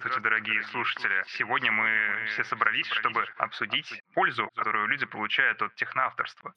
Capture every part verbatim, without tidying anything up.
Здравствуйте, дорогие слушатели. Сегодня мы все собрались, чтобы обсудить пользу, которую люди получают от техноавторства.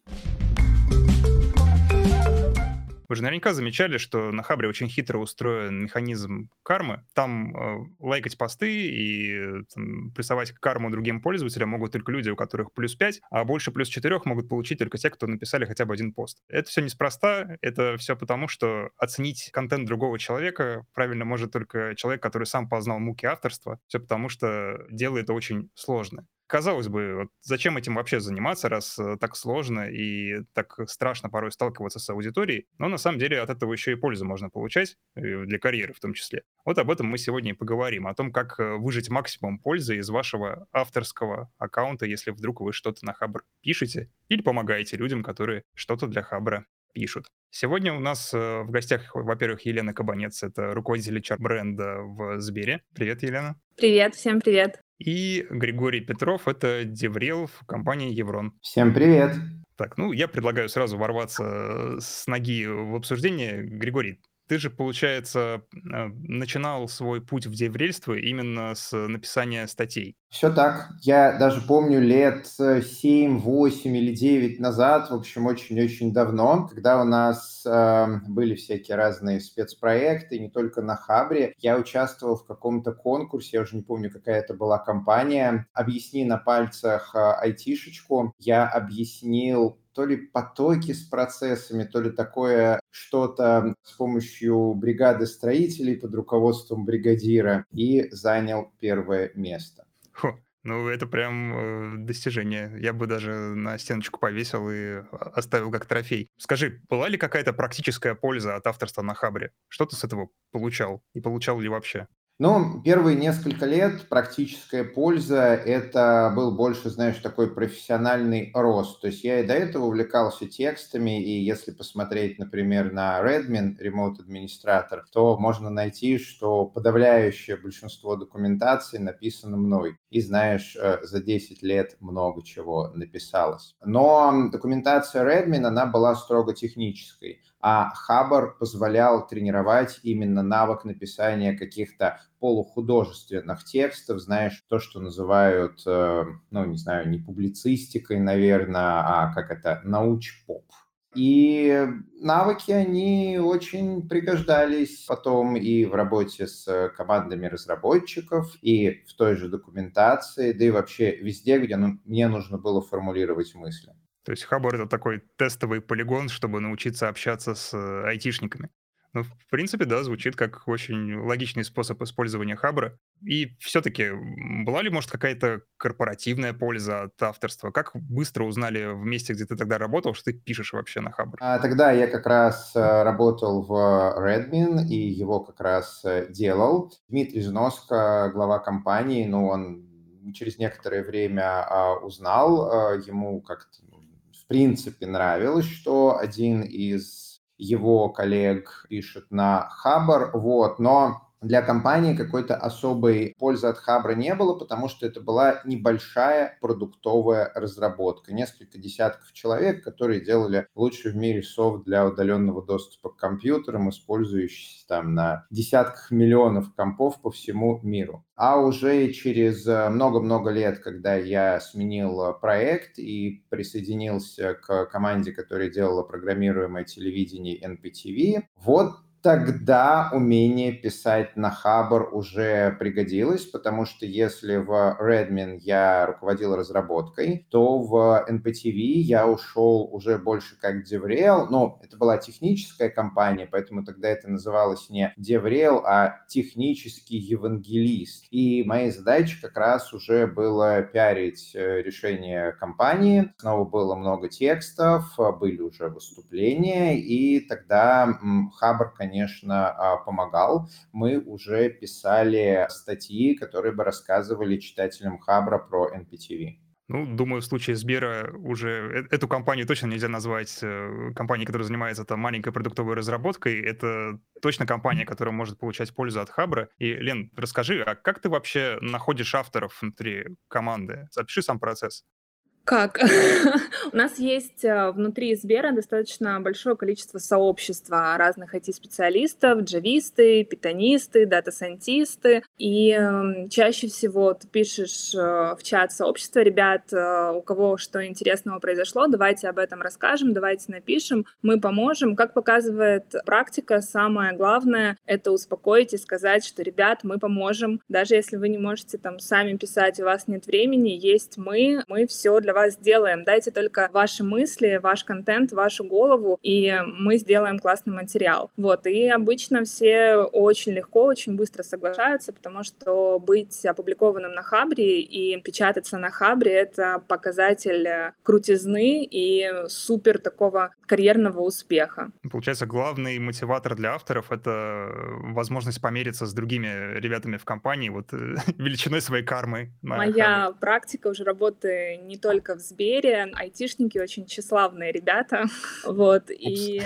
Вы же наверняка замечали, что на Хабре очень хитро устроен механизм кармы. Там э, лайкать посты и э, там, прессовать карму другим пользователям могут только люди, у которых плюс пять, а больше плюс четыре могут получить только те, кто написали хотя бы один пост. Это все неспроста, это все потому, что оценить контент другого человека правильно может только человек, который сам познал муки авторства. Все потому, что дело это очень сложно. Казалось бы, вот зачем этим вообще заниматься, раз э, так сложно и так страшно порой сталкиваться с аудиторией, но на самом деле от этого еще и пользу можно получать, э, для карьеры в том числе. Вот об этом мы сегодня и поговорим, о том, как э, выжать максимум пользы из вашего авторского аккаунта, если вдруг вы что-то на Хабр пишете или помогаете людям, которые что-то для Хабра пишут. Сегодня у нас э, в гостях, во-первых, Елена Кабанец, это руководитель эйч ар-бренда в Сбере. Привет, Елена. Привет, всем привет. И Григорий Петров, это деврел в компании Еврон. Всем привет. Так, ну, я предлагаю сразу ворваться с ноги в обсуждение. Григорий, ты же, получается, э, начинал свой путь в деврельство именно с написания статей. Все так. Я даже помню лет э, семь, восемь или девять назад, в общем, очень-очень давно, когда у нас э, были всякие разные спецпроекты, не только на Хабре. Я участвовал в каком-то конкурсе, я уже не помню, какая это была компания. «Объясни на пальцах э, айтишечку». Я объяснил то ли потоки с процессами, то ли такое что-то с помощью бригады строителей под руководством бригадира и занял первое место. Хо, ну, это прям э, достижение. Я бы даже на стеночку повесил и а, оставил как трофей. Скажи, была ли какая-то практическая польза от авторства на Хабре? Что ты с этого получал? И получал ли вообще? Ну, первые несколько лет практическая польза — это был больше, знаешь, такой профессиональный рост. То есть я и до этого увлекался текстами, и если посмотреть, например, на Redmin, Remote Administrator, то можно найти, что подавляющее большинство документации написано мной. И, знаешь, э, за десять лет много чего написалось. Но документация Redmin, она была строго технической, а Хабр позволял тренировать именно навык написания каких-то полухудожественных текстов, знаешь, то, что называют, э, ну, не знаю, не публицистикой, наверное, а как это, науч-поп. И навыки, они очень пригождались потом и в работе с командами разработчиков, и в той же документации, да и вообще везде, где ну, мне нужно было формулировать мысли. То есть Хабр — это такой тестовый полигон, чтобы научиться общаться с э, айтишниками. Ну, в принципе, да, звучит как очень логичный способ использования Хабра. И все-таки была ли, может, какая-то корпоративная польза от авторства? Как быстро узнали в месте, где ты тогда работал, что ты пишешь вообще на Хабр? А тогда я как раз э, работал в Redmin и его как раз э, делал. Дмитрий Зноско, глава компании, ну, он через некоторое время а, узнал, э, ему как-то ну, в принципе нравилось, что один из его коллег пишет на Хабр, вот, но для компании какой-то особой пользы от Хабра не было, потому что это была небольшая продуктовая разработка. Несколько десятков человек, которые делали лучший в мире софт для удаленного доступа к компьютерам, использующийся там на десятках миллионов компов по всему миру. А уже через э, много-много лет, когда я сменил э, проект и присоединился к команде, которая делала программируемое телевидение эн пи ти ви, вот тогда умение писать на Хабр уже пригодилось, потому что если в Redmin я руководил разработкой, то в эн пи ти ви я ушел уже больше как деврел. Ну, это была техническая компания, поэтому тогда это называлось не деврел, а технический евангелист. И моей задачей как раз уже было пиарить э, решение компании. Снова было много текстов, э, были уже выступления, и тогда м, Хабр, конечно, конечно, помогал. Мы уже писали статьи, которые бы рассказывали читателям Хабра про эн пи ти ви. Ну, думаю, в случае Сбера уже э- эту компанию точно нельзя назвать э, компанией, которая занимается там маленькой продуктовой разработкой. Это точно компания, которая может получать пользу от Хабра. И, Лен, расскажи, а как ты вообще находишь авторов внутри команды? Опиши сам процесс. Как? У нас есть э, внутри Сбера достаточно большое количество сообщества разных ай ти-специалистов, джависты, питонисты, дата-сайентисты. И э, чаще всего ты пишешь э, в чат сообщества: ребят, э, у кого что интересного произошло, давайте об этом расскажем, давайте напишем, мы поможем. Как показывает практика, самое главное — это успокоить и сказать, что, ребят, мы поможем. Даже если вы не можете там сами писать, у вас нет времени, есть мы, мы все для вас сделаем. Дайте только ваши мысли, ваш контент, вашу голову, и мы сделаем классный материал. Вот, и обычно все очень легко, очень быстро соглашаются, потому что быть опубликованным на Хабре и печататься на Хабре — это показатель крутизны и супер такого карьерного успеха. Получается, главный мотиватор для авторов — это возможность помериться с другими ребятами в компании, вот величиной своей кармы на Моя Хабре. практика уже работы не только в Сбере. Айтишники очень тщеславные ребята. Вот. И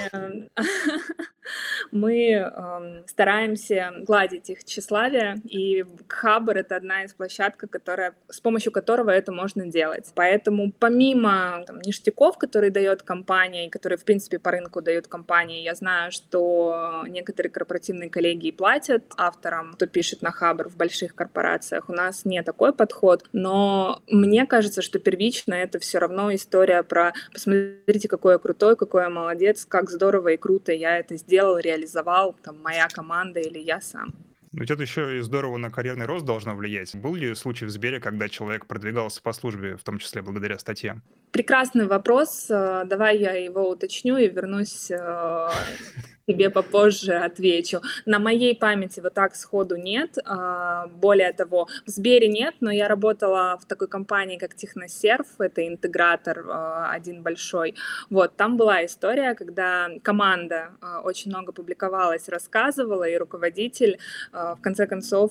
мы эм, стараемся гладить их тщеславие, и Хабр — это одна из площадок, которая, с помощью которого это можно делать. Поэтому помимо там, ништяков, которые дает компания, и которые, в принципе, по рынку дают компании, я знаю, что некоторые корпоративные коллеги платят авторам, кто пишет на Хабр в больших корпорациях. У нас не такой подход, но мне кажется, что первично это все равно история про «посмотрите, какой я крутой, какой я молодец, как здорово и круто я это сделал, реализовал, там, моя команда или я сам». Ведь это еще и здорово на карьерный рост должно влиять. Был ли случай в Сбере, когда человек продвигался по службе, в том числе благодаря статьям? Прекрасный вопрос. Давай я его уточню и вернусь тебе попозже отвечу. На моей памяти вот так сходу нет. Более того, в Сбере нет, но я работала в такой компании, как Техносерв, это интегратор один большой. Вот, там была история, когда команда очень много публиковалась, рассказывала, и руководитель в конце концов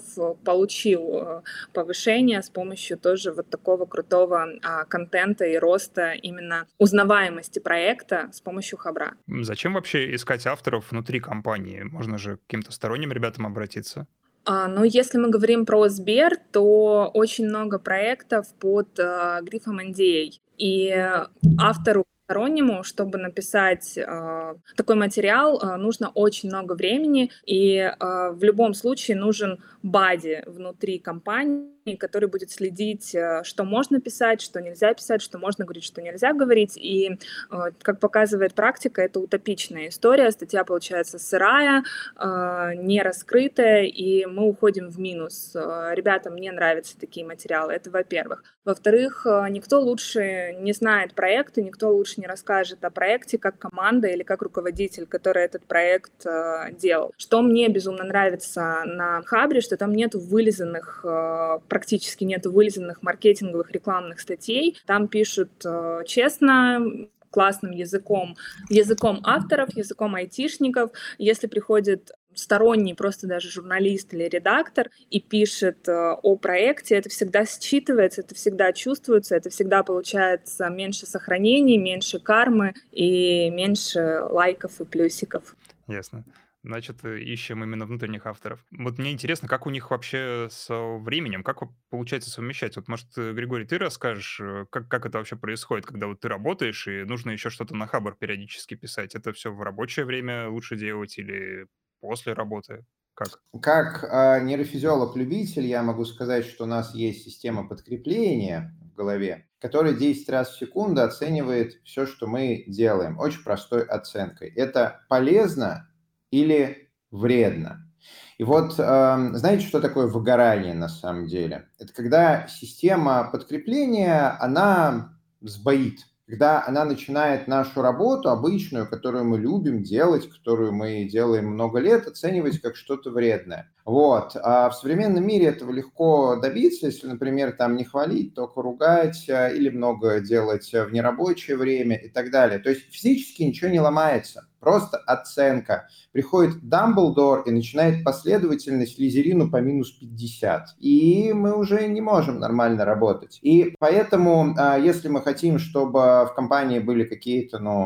получил повышение с помощью тоже вот такого крутого контента и роста именно узнаваемости проекта с помощью Хабра. Зачем вообще искать авторов внутри компании? Можно же к каким-то сторонним ребятам обратиться. А, ну, если мы говорим про Сбер, то очень много проектов под а, грифом эн ди эй. И автору стороннему, чтобы написать э, такой материал, э, нужно очень много времени, и э, в любом случае нужен бади внутри компании, который будет следить, э, что можно писать, что нельзя писать, что можно говорить, что нельзя говорить. И, э, как показывает практика, это утопичная история. Статья получается сырая, э, не раскрытая, и мы уходим в минус. Э, ребятам не нравятся такие материалы, это во-первых. Во-вторых, э, никто лучше не знает проекта, никто лучше не расскажет о проекте как команда или как руководитель, который этот проект э, делал. Что мне безумно нравится на Хабре, что там нету вылизанных, э, практически нету вылизанных маркетинговых рекламных статей. Там пишут э, честно, классным языком, языком авторов, языком айтишников. Если приходит сторонний, просто даже журналист или редактор, и пишет э, о проекте, это всегда считывается, это всегда чувствуется, это всегда получается меньше сохранений, меньше кармы и меньше лайков и плюсиков. Ясно. Значит, ищем именно внутренних авторов. Вот мне интересно, как у них вообще со временем, как получается совмещать? Вот, может, Григорий, ты расскажешь, как, как это вообще происходит, когда вот ты работаешь и нужно еще что-то на Хабр периодически писать? Это все в рабочее время лучше делать или после работы? Как? Как э, нейрофизиолог-любитель я могу сказать, что у нас есть система подкрепления в голове, которая десять раз в секунду оценивает все, что мы делаем, очень простой оценкой. Это полезно или вредно? И вот э, знаете, что такое выгорание на самом деле? Это когда система подкрепления, она сбоит. Когда она начинает нашу работу обычную, которую мы любим делать, которую мы делаем много лет, оценивать как что-то вредное. Вот. А в современном мире этого легко добиться, если, например, там не хвалить, только ругать или много делать в нерабочее время и так далее. То есть физически ничего не ломается, просто оценка. Приходит Дамблдор и начинает последовательность Слизерину по минус пятьдесят. И мы уже не можем нормально работать. И поэтому, если мы хотим, чтобы в компании были какие-то, ну,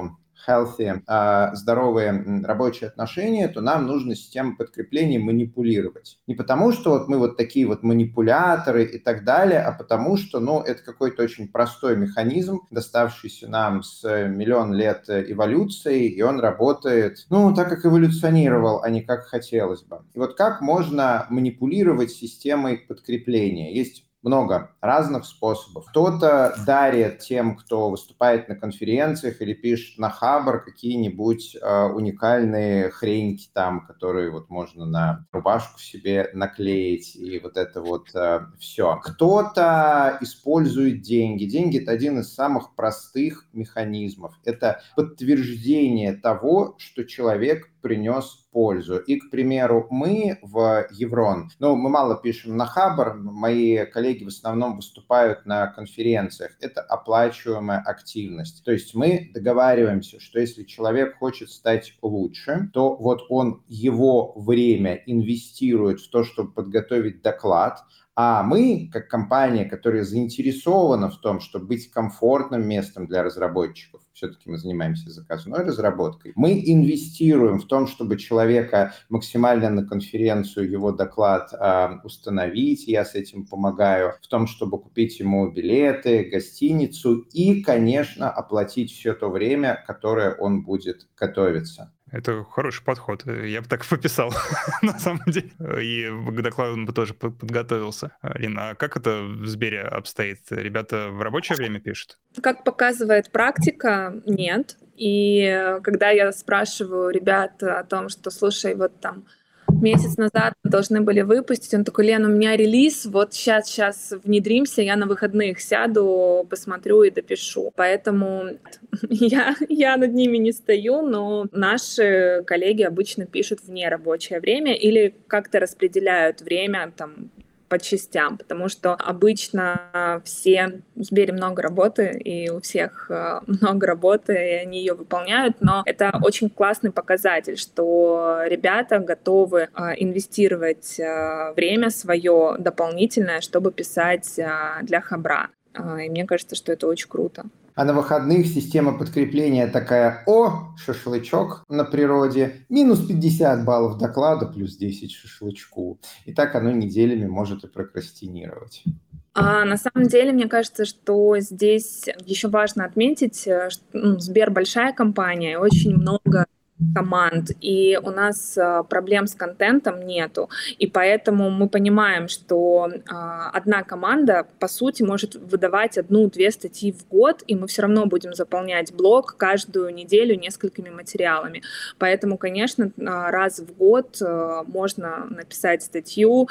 healthy, э, здоровые рабочие отношения, то нам нужно систему подкрепления манипулировать. Не потому, что вот мы вот такие вот манипуляторы и так далее, а потому что, ну, это какой-то очень простой механизм, доставшийся нам с миллион лет эволюции, и он работает, ну, так, как эволюционировал, а не как хотелось бы. И вот как можно манипулировать системой подкрепления? Есть много разных способов. Кто-то дарит тем, кто выступает на конференциях или пишет на Хабр, какие-нибудь э, уникальные хреньки там, которые вот можно на рубашку себе наклеить, и вот это вот э, все. Кто-то использует деньги. Деньги – это один из самых простых механизмов. Это подтверждение того, что человек принес пользу. И, к примеру, мы в Еврон, ну, мы мало пишем на Хабр, мои коллеги в основном выступают на конференциях. Это оплачиваемая активность. То есть мы договариваемся, что если человек хочет стать лучше, то вот он его время инвестирует в то, чтобы подготовить доклад, а мы, как компания, которая заинтересована в том, чтобы быть комфортным местом для разработчиков, все-таки мы занимаемся заказной разработкой, мы инвестируем в том, чтобы человека максимально на конференцию его доклад э, установить, я с этим помогаю, в том, чтобы купить ему билеты, гостиницу и, конечно, оплатить все то время, которое он будет готовиться. Это хороший подход. Я бы так и пописал, на самом деле. И к докладу он бы тоже подготовился. Лина, а как это в Сбере обстоит? Ребята в рабочее время пишут? Как показывает практика, нет. И когда я спрашиваю ребят о том, что, слушай, вот там месяц назад мы должны были выпустить, он такой: Лен, у меня релиз, вот сейчас, сейчас внедримся, я на выходных сяду, посмотрю и допишу. Поэтому я, я над ними не стою, но наши коллеги обычно пишут в нерабочее время или как-то распределяют время там по частям, потому что обычно все в Сбере много работы, и у всех много работы, и они ее выполняют, но это очень классный показатель, что ребята готовы инвестировать время свое дополнительное, чтобы писать для Хабра. И мне кажется, что это очень круто. А на выходных система подкрепления такая: о, шашлычок на природе, минус пятьдесят баллов докладу, плюс десять шашлычку. И так оно неделями может и прокрастинировать. А на самом деле, мне кажется, что здесь еще важно отметить, что ну, Сбер большая компания, очень много команд, и у нас а, проблем с контентом нету, и поэтому мы понимаем, что а, одна команда, по сути, может выдавать одну-две статьи в год, и мы все равно будем заполнять блог каждую неделю несколькими материалами. Поэтому, конечно, раз в год а, можно написать статью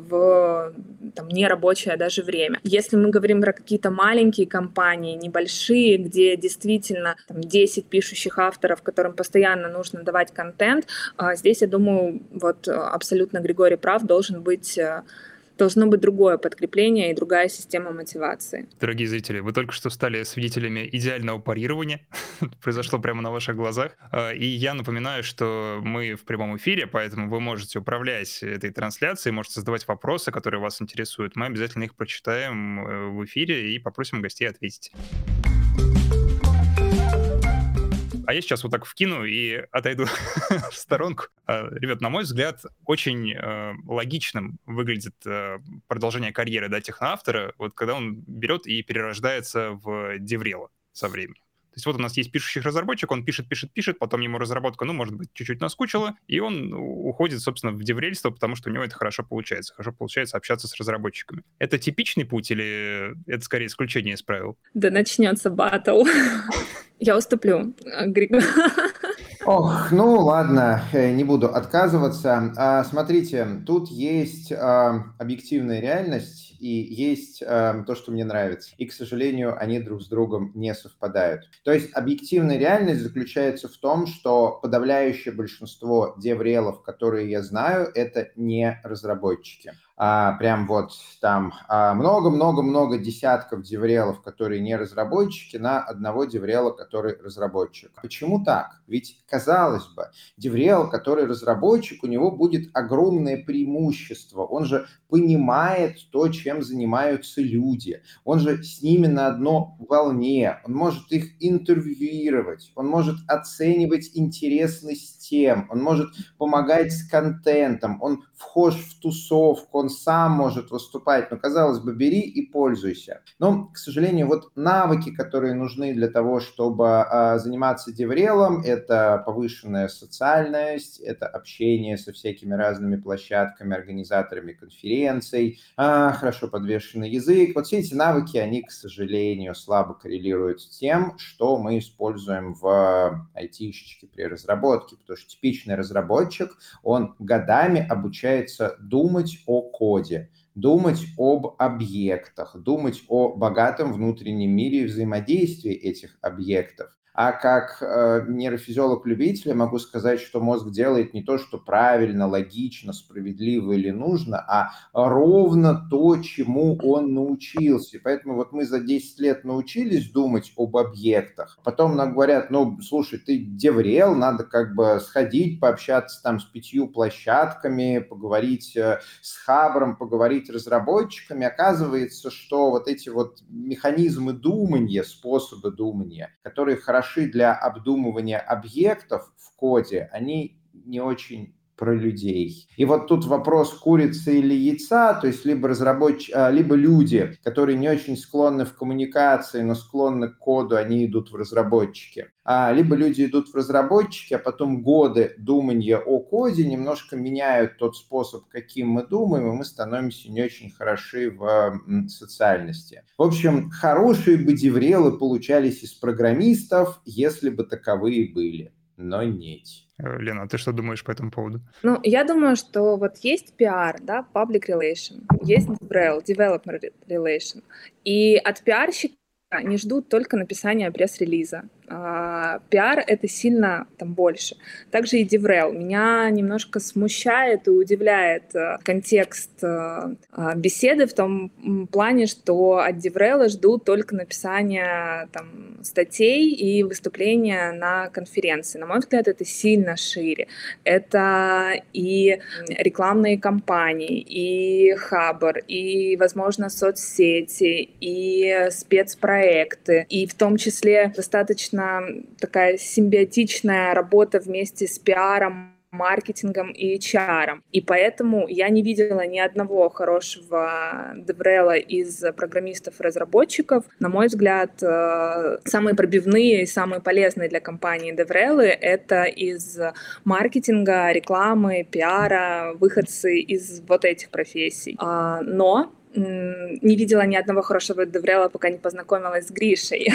в там, нерабочее даже время. Если мы говорим про какие-то маленькие компании, небольшие, где действительно там, десять пишущих авторов, которым постоянно нужно давать контент. Здесь, я думаю, вот абсолютно Григорий прав, должен быть, должно быть другое подкрепление и другая система мотивации. Дорогие зрители, вы только что стали свидетелями идеального парирования. Произошло прямо на ваших глазах. И я напоминаю, что мы в прямом эфире, поэтому вы можете управлять этой трансляцией, можете задавать вопросы, которые вас интересуют. Мы обязательно их прочитаем в эфире и попросим гостей ответить. А я сейчас вот так вкину и отойду в сторонку. Ребят, на мой взгляд, очень э, логичным выглядит э, продолжение карьеры да, техноавтора, вот когда он берет и перерождается в деврела со временем. То есть вот у нас есть пишущий разработчик, он пишет, пишет, пишет, потом ему разработка, ну, может быть, чуть-чуть наскучила, и он уходит, собственно, в деврельство, потому что у него это хорошо получается. Хорошо получается общаться с разработчиками. Это типичный путь или это скорее исключение из правил? Да начнется баттл. Я уступлю, Григорий. Ох, ну ладно, не буду отказываться. А, смотрите, тут есть а, объективная реальность и есть а, то, что мне нравится. И, к сожалению, они друг с другом не совпадают. То есть объективная реальность заключается в том, что подавляющее большинство деврелов, которые я знаю, это не разработчики. а, прям вот там а, много-много-много десятков деврелов, которые не разработчики, на одного деврела, который разработчик. Почему так? Ведь, казалось бы, деврел, который разработчик, у него будет огромное преимущество. Он же понимает то, чем занимаются люди. Он же с ними на одной волне. Он может их интервьюировать. Он может оценивать интересность тем. Он может помогать с контентом. Он вхож в тусовку. Он сам может выступать. Но, казалось бы, бери и пользуйся. Но, к сожалению, вот навыки, которые нужны для того, чтобы а, заниматься деврелом, это повышенная социальность, это общение со всякими разными площадками, организаторами конференций, а, хорошо подвешенный язык. Вот все эти навыки, они, к сожалению, слабо коррелируют с тем, что мы используем в айтишечке при разработке, потому что типичный разработчик, он годами обучается думать о коде, думать об объектах, думать о богатом внутреннем мире и взаимодействии этих объектов. А как э, нейрофизиолог-любитель я могу сказать, что мозг делает не то, что правильно, логично, справедливо или нужно, а ровно то, чему он научился. И поэтому вот мы за десять лет научились думать об объектах. Потом нам говорят, ну, слушай, ты деврел, надо как бы сходить, пообщаться там с пятью площадками, поговорить э, с хабром, поговорить с разработчиками. Оказывается, что вот эти вот механизмы думания, способы думания, которые хорошо для обдумывания объектов в коде, они не очень про людей. И вот тут вопрос курицы или яйца, то есть либо разработчики, либо люди, которые не очень склонны в коммуникации, но склонны к коду, они идут в разработчики. А, либо люди идут в разработчики, а потом годы думания о коде немножко меняют тот способ, каким мы думаем, и мы становимся не очень хороши в социальности. В общем, хорошие бы деврелы получались из программистов, если бы таковые были, но нет. Лена, а ты что думаешь по этому поводу? Ну, я думаю, что вот есть пиар, да, public relation, есть деврел, developer relation, и от пиарщика не ждут только написания пресс-релиза. А, пиар — это сильно там больше. Также и деврел. Меня немножко смущает и удивляет а, контекст а, беседы в том плане, что от деврела ждут только написания там, статей и выступления на конференции. На мой взгляд, это сильно шире. Это и рекламные кампании, и хабр, и, возможно, соцсети, и спецпроекты, и в том числе достаточно такая симбиотичная работа вместе с пиаром, маркетингом и эйч ар. И поэтому я не видела ни одного хорошего деврела из программистов и разработчиков. На мой взгляд, самые пробивные и самые полезные для компании деврелы — это из маркетинга, рекламы, пиара, выходцы из вот этих профессий. Но не видела ни одного хорошего деврела, пока не познакомилась с Гришей,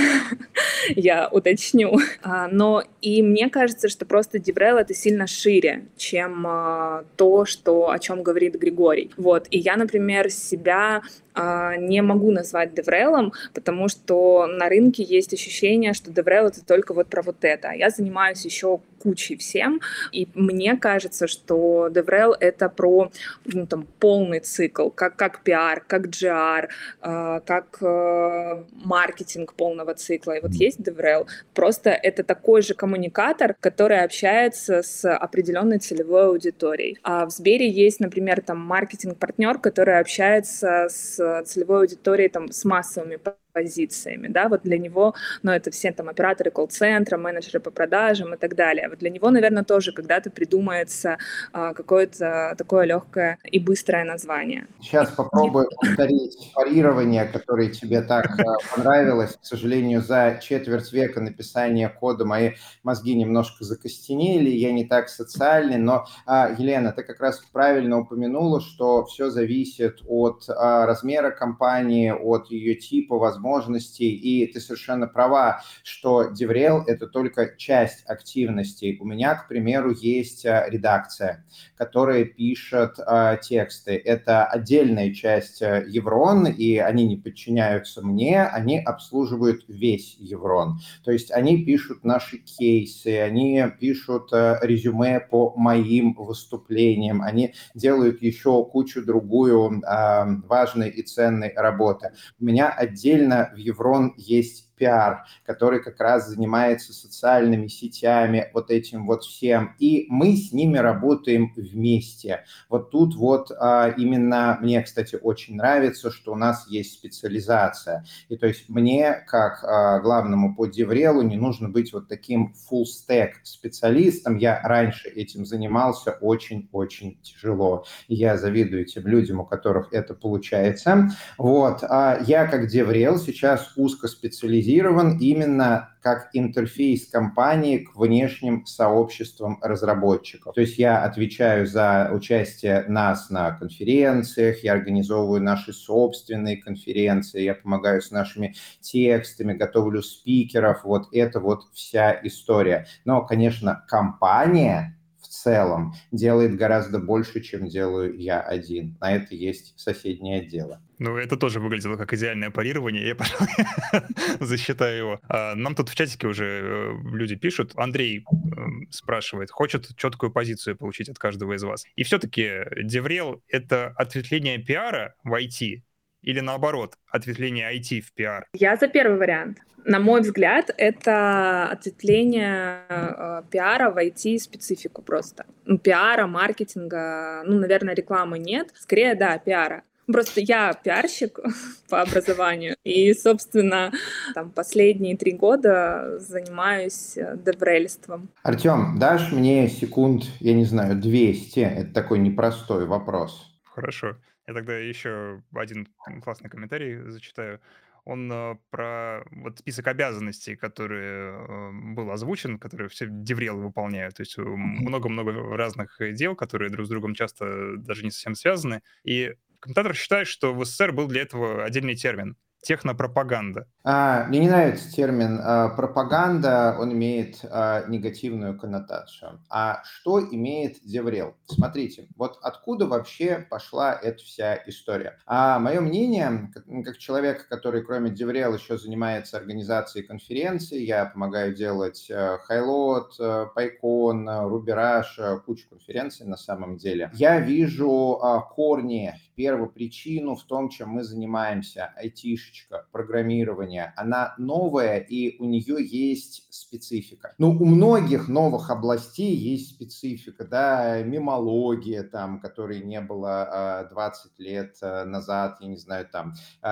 я уточню. Но и мне кажется, что просто деврел — это сильно шире, чем то, что, о чем говорит Григорий. Вот. И я, например, себя не могу назвать деврелом, потому что на рынке есть ощущение, что деврел — это только вот про вот это. Я занимаюсь еще кучей всем, и мне кажется, что деврел — это про ну, там, полный цикл, как, как пиар, как джи ар, э, как э, маркетинг полного цикла. И вот есть деврел. Просто это такой же коммуникатор, который общается с определенной целевой аудиторией. А в Сбере есть, например, там маркетинг-партнер, который общается с целевой аудиторией там, с массовыми позициями, да, вот для него, ну, это все там операторы колл-центра, менеджеры по продажам и так далее. Вот для него, наверное, тоже когда-то придумается а, какое-то такое легкое и быстрое название. Сейчас попробую повторить парирование, которое тебе так понравилось. К сожалению, за четверть века написания кода мои мозги немножко закостенели, я не так социальный, но, Елена, ты как раз правильно упомянула, что все зависит от размера компании, от ее типа, возможно, возможностей, и ты совершенно права, что DevRel — это только часть активностей. У меня, к примеру, есть редакция, которая пишет э, тексты. Это отдельная часть Еврон, и они не подчиняются мне, они обслуживают весь Еврон. То есть они пишут наши кейсы, они пишут э, резюме по моим выступлениям, они делают еще кучу другую э, важной и ценной работы. У меня отдельно в Еврон есть пиар, который как раз занимается социальными сетями, вот этим вот всем, и мы с ними работаем вместе. Вот тут вот а, именно мне, кстати, очень нравится, что у нас есть специализация. И то есть мне, как а, главному по DevRel, не нужно быть вот таким full-stack специалистом. Я раньше этим занимался очень-очень тяжело. И я завидую тем людям, у которых это получается. Вот. А я, как DevRel, сейчас узкоспециализирован именно как интерфейс компании к внешним сообществам разработчиков. То есть я отвечаю за участие нас на конференциях, я организовываю наши собственные конференции, я помогаю с нашими текстами, готовлю спикеров, вот это вот вся история. Но, конечно, компания в целом делает гораздо больше, чем делаю я один. На это есть соседнее дело. Ну, это тоже выглядело как идеальное парирование, я, пожалуй, засчитаю его. А, нам тут в чатике уже э, люди пишут. Андрей э, спрашивает, хочет четкую позицию получить от каждого из вас. И все-таки DevRel — это ответвление пиара в ай ти или, наоборот, ответвление ай ти в пиар? Я за первый вариант. На мой взгляд, это ответвление э, пиара в ай ти-специфику просто. Ну, пиара, маркетинга, ну, наверное, рекламы нет. Скорее, да, пиара. Просто я пиарщик по образованию, и, собственно, там последние три года занимаюсь деврельством. Артем, дашь мне секунд, я не знаю, двести? Это такой непростой вопрос. Хорошо. Я тогда еще один классный комментарий зачитаю. Он э, про вот список обязанностей, который э, был озвучен, которые все деврелы выполняют. То есть много-много разных дел, которые друг с другом часто даже не совсем связаны. И комментатор считает, что в СССР был для этого отдельный термин — технопропаганда. А, мне не нравится термин а, пропаганда, он имеет а, негативную коннотацию. А что имеет DevRel? Смотрите, вот откуда вообще пошла эта вся история? А мое мнение, как, как человека, который кроме DevRel еще занимается организацией конференций, я помогаю делать а, Highload, а, PyCon, а, Ruby-Rush, а, кучу конференций на самом деле. Я вижу а, корни, первопричину в том, чем мы занимаемся, айтишечка, программирование. Она новая, и у нее есть специфика. Ну, у многих новых областей есть специфика, да, мемология, там, которой не было двадцать лет назад, я не знаю, там,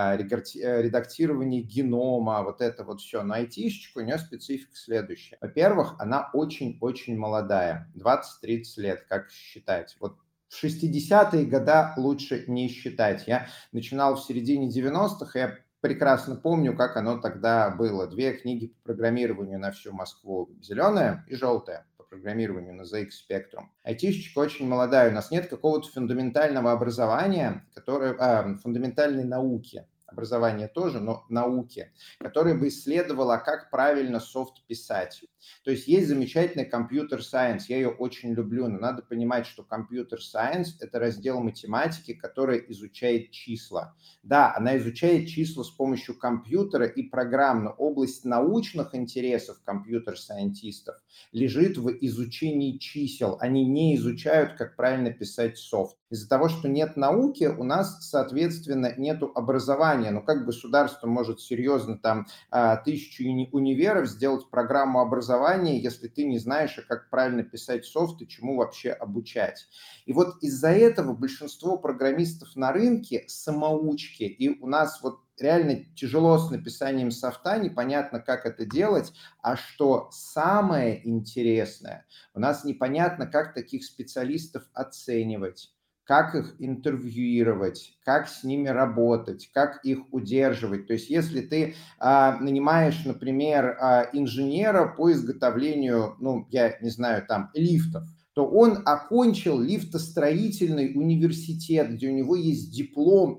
редактирование генома, вот это вот все. Но айтишечка, у нее специфика следующая. Во-первых, она очень-очень молодая, двадцать-тридцать лет, как считать. Вот в шестидесятые годы лучше не считать. Я начинал в середине девяностых, и я прекрасно помню, как оно тогда было. Две книги по программированию на всю Москву. Зеленая и желтая по программированию на зет икс Spectrum. Айтишечка очень молодая. У нас нет какого-то фундаментального образования, которое, а, фундаментальной науки. Образование тоже, но науки, которая бы исследовала, как правильно софт писать. То есть есть замечательный компьютер-сайенс, я ее очень люблю, но надо понимать, что компьютер-сайенс — это раздел математики, который изучает числа. Да, она изучает числа с помощью компьютера и программ, но область научных интересов компьютер-сайентистов лежит в изучении чисел. Они не изучают, как правильно писать софт. Из-за того, что нет науки, у нас, соответственно, нет образования. Но как государство может серьезно там тысячу универов сделать программу образования, если ты не знаешь, как правильно писать софт и чему вообще обучать? И вот из-за этого большинство программистов на рынке самоучки. И у нас вот реально тяжело с написанием софта, непонятно, как это делать. А что самое интересное, у нас непонятно, как таких специалистов оценивать, как их интервьюировать, как с ними работать, как их удерживать. То есть если ты а, нанимаешь, например, а, инженера по изготовлению, ну, я не знаю, там, лифтов, то он окончил лифтостроительный университет, где у него есть диплом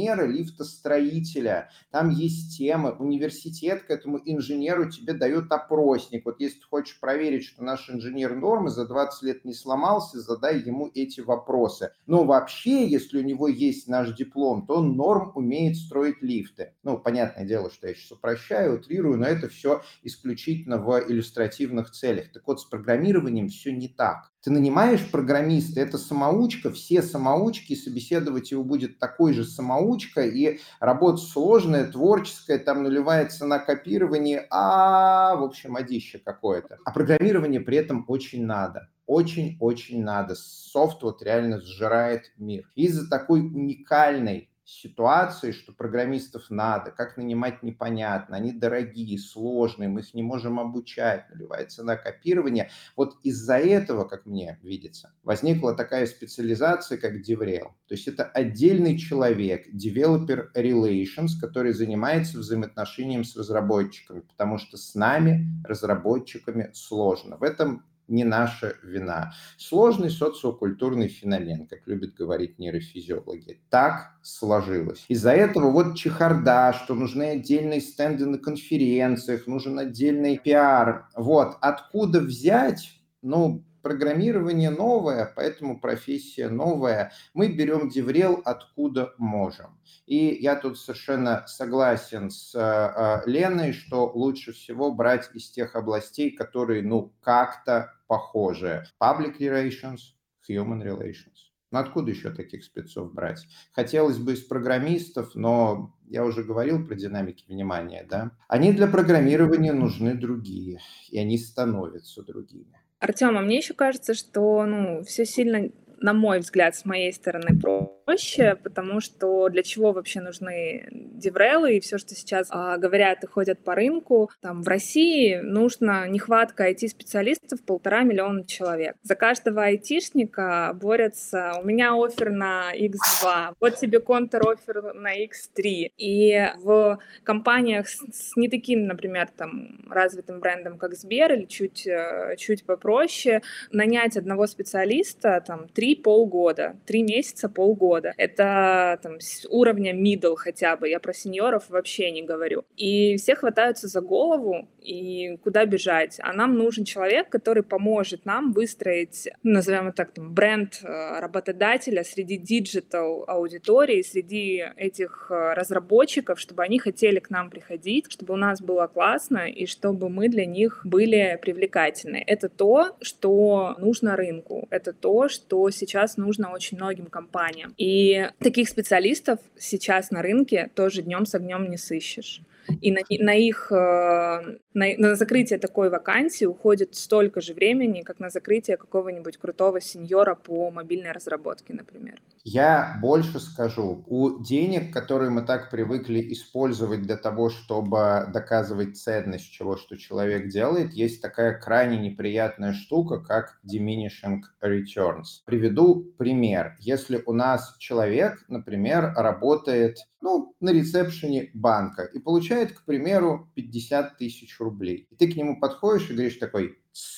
инженера-лифтостроителя. Там есть темы. Университет к этому инженеру тебе дает опросник. Вот если ты хочешь проверить, что наш инженер нормы за двадцать лет не сломался, задай ему эти вопросы. Но вообще, если у него есть наш диплом, то он норм умеет строить лифты. Ну, понятное дело, что я сейчас упрощаю, утрирую, но это все исключительно в иллюстративных целях. Так вот, с программированием все не так. Ты нанимаешь программиста, это самоучка, все самоучки, собеседовать его будет такой же самоучка, и работа сложная, творческая, там нулевая цена копирования, а, в общем, одище какое-то. А программирование при этом очень надо. Очень-очень надо. Софт вот реально сжирает мир. Из-за такой уникальной ситуации, что программистов надо, как нанимать непонятно, они дорогие, сложные, мы их не можем обучать, нулевая цена копирования. Вот из-за этого, как мне видится, возникла такая специализация, как DevRel. То есть это отдельный человек, Developer Relations, который занимается взаимоотношением с разработчиками, потому что с нами, разработчиками, сложно. В этом не наша вина. Сложный социокультурный феномен, как любят говорить нейрофизиологи. Так сложилось. Из-за этого вот чехарда, что нужны отдельные стенды на конференциях, нужен отдельный пиар. Вот. Откуда взять? Ну, программирование новое, поэтому профессия новая. Мы берем DevRel откуда можем. И я тут совершенно согласен с э, Леной, что лучше всего брать из тех областей, которые, ну, как-то похожи. Public relations, human relations. Ну, откуда еще таких спецов брать? Хотелось бы из программистов, но я уже говорил про динамики внимания, да? Они для программирования нужны другие, и они становятся другими. Артем, а мне еще кажется, что ну, все сильно, на мой взгляд, с моей стороны проще, потому что для чего вообще нужны деврелы и все, что сейчас а, говорят и ходят по рынку. Там в России нужна нехватка ай ти-специалистов полтора миллиона человек. За каждого айтишника борются. У меня оффер на икс два, вот тебе контр-оффер на икс три. И в компаниях с, с не таким, например, там развитым брендом, как Сбер, или чуть, чуть попроще, нанять одного специалиста там три полгода, три месяца, полгода. Это там с уровня middle хотя бы, я про сеньоров вообще не говорю. И все хватаются за голову, и куда бежать. А нам нужен человек, который поможет нам выстроить, назовем это так, там, бренд работодателя среди диджитал аудитории, среди этих разработчиков, чтобы они хотели к нам приходить, чтобы у нас было классно, и чтобы мы для них были привлекательны. Это то, что нужно рынку. Это то, что сейчас нужно очень многим компаниям. И таких специалистов сейчас на рынке тоже днем с огнем не сыщешь. И на, на их на, на закрытие такой вакансии уходит столько же времени, как на закрытие какого-нибудь крутого сеньора по мобильной разработке, например. Я больше скажу. У денег, которые мы так привыкли использовать для того, чтобы доказывать ценность чего, что человек делает, есть такая крайне неприятная штука, как diminishing returns. Приведу пример. Если у нас человек, например, работает ну, на ресепшене банка и получает, к примеру, пятьдесят тысяч рублей. И ты к нему подходишь и говоришь такой: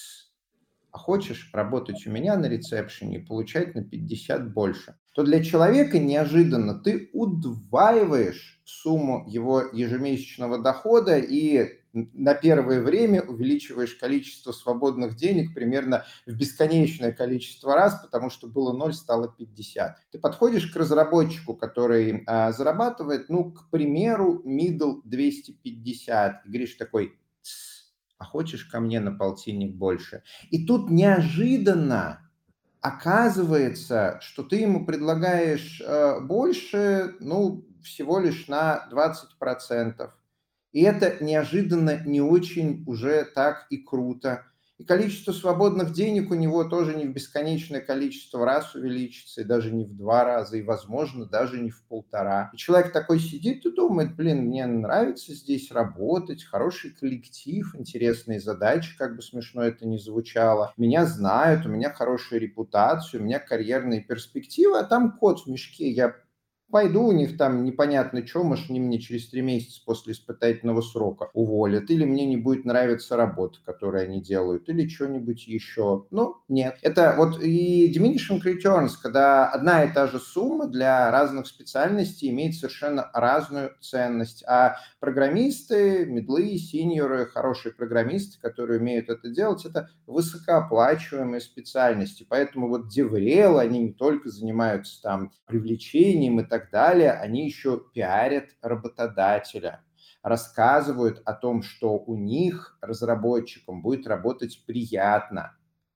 а хочешь работать у меня на ресепшене и получать на пятьдесят больше, то для человека неожиданно ты удваиваешь сумму его ежемесячного дохода и на первое время увеличиваешь количество свободных денег примерно в бесконечное количество раз, потому что было ноль, стало пятьдесят. Ты подходишь к разработчику, который а, зарабатывает, ну, к примеру, middle двести пятьдесят, и говоришь такой: а хочешь ко мне на полтинник больше? И тут неожиданно оказывается, что ты ему предлагаешь э, больше, ну, всего лишь на двадцать процентов. И это неожиданно не очень уже так и круто. И количество свободных денег у него тоже не в бесконечное количество раз увеличится, и даже не в два раза, и, возможно, даже не в полтора. И человек такой сидит и думает: блин, мне нравится здесь работать, хороший коллектив, интересные задачи, как бы смешно это ни звучало. Меня знают, у меня хорошая репутация, у меня карьерные перспективы, а там кот в мешке, я пойду, у них там непонятно что, может, они меня через три месяца после испытательного срока уволят, или мне не будет нравиться работа, которую они делают, или что-нибудь еще. Ну, нет. Это вот и diminishing returns, когда одна и та же сумма для разных специальностей имеет совершенно разную ценность, а программисты, медлы, синьоры, хорошие программисты, которые умеют это делать, это высокооплачиваемые специальности. Поэтому вот DevRel, они не только занимаются там привлечением и так далее, они еще пиарят работодателя, рассказывают о том, что у них, разработчикам, будет работать приятно,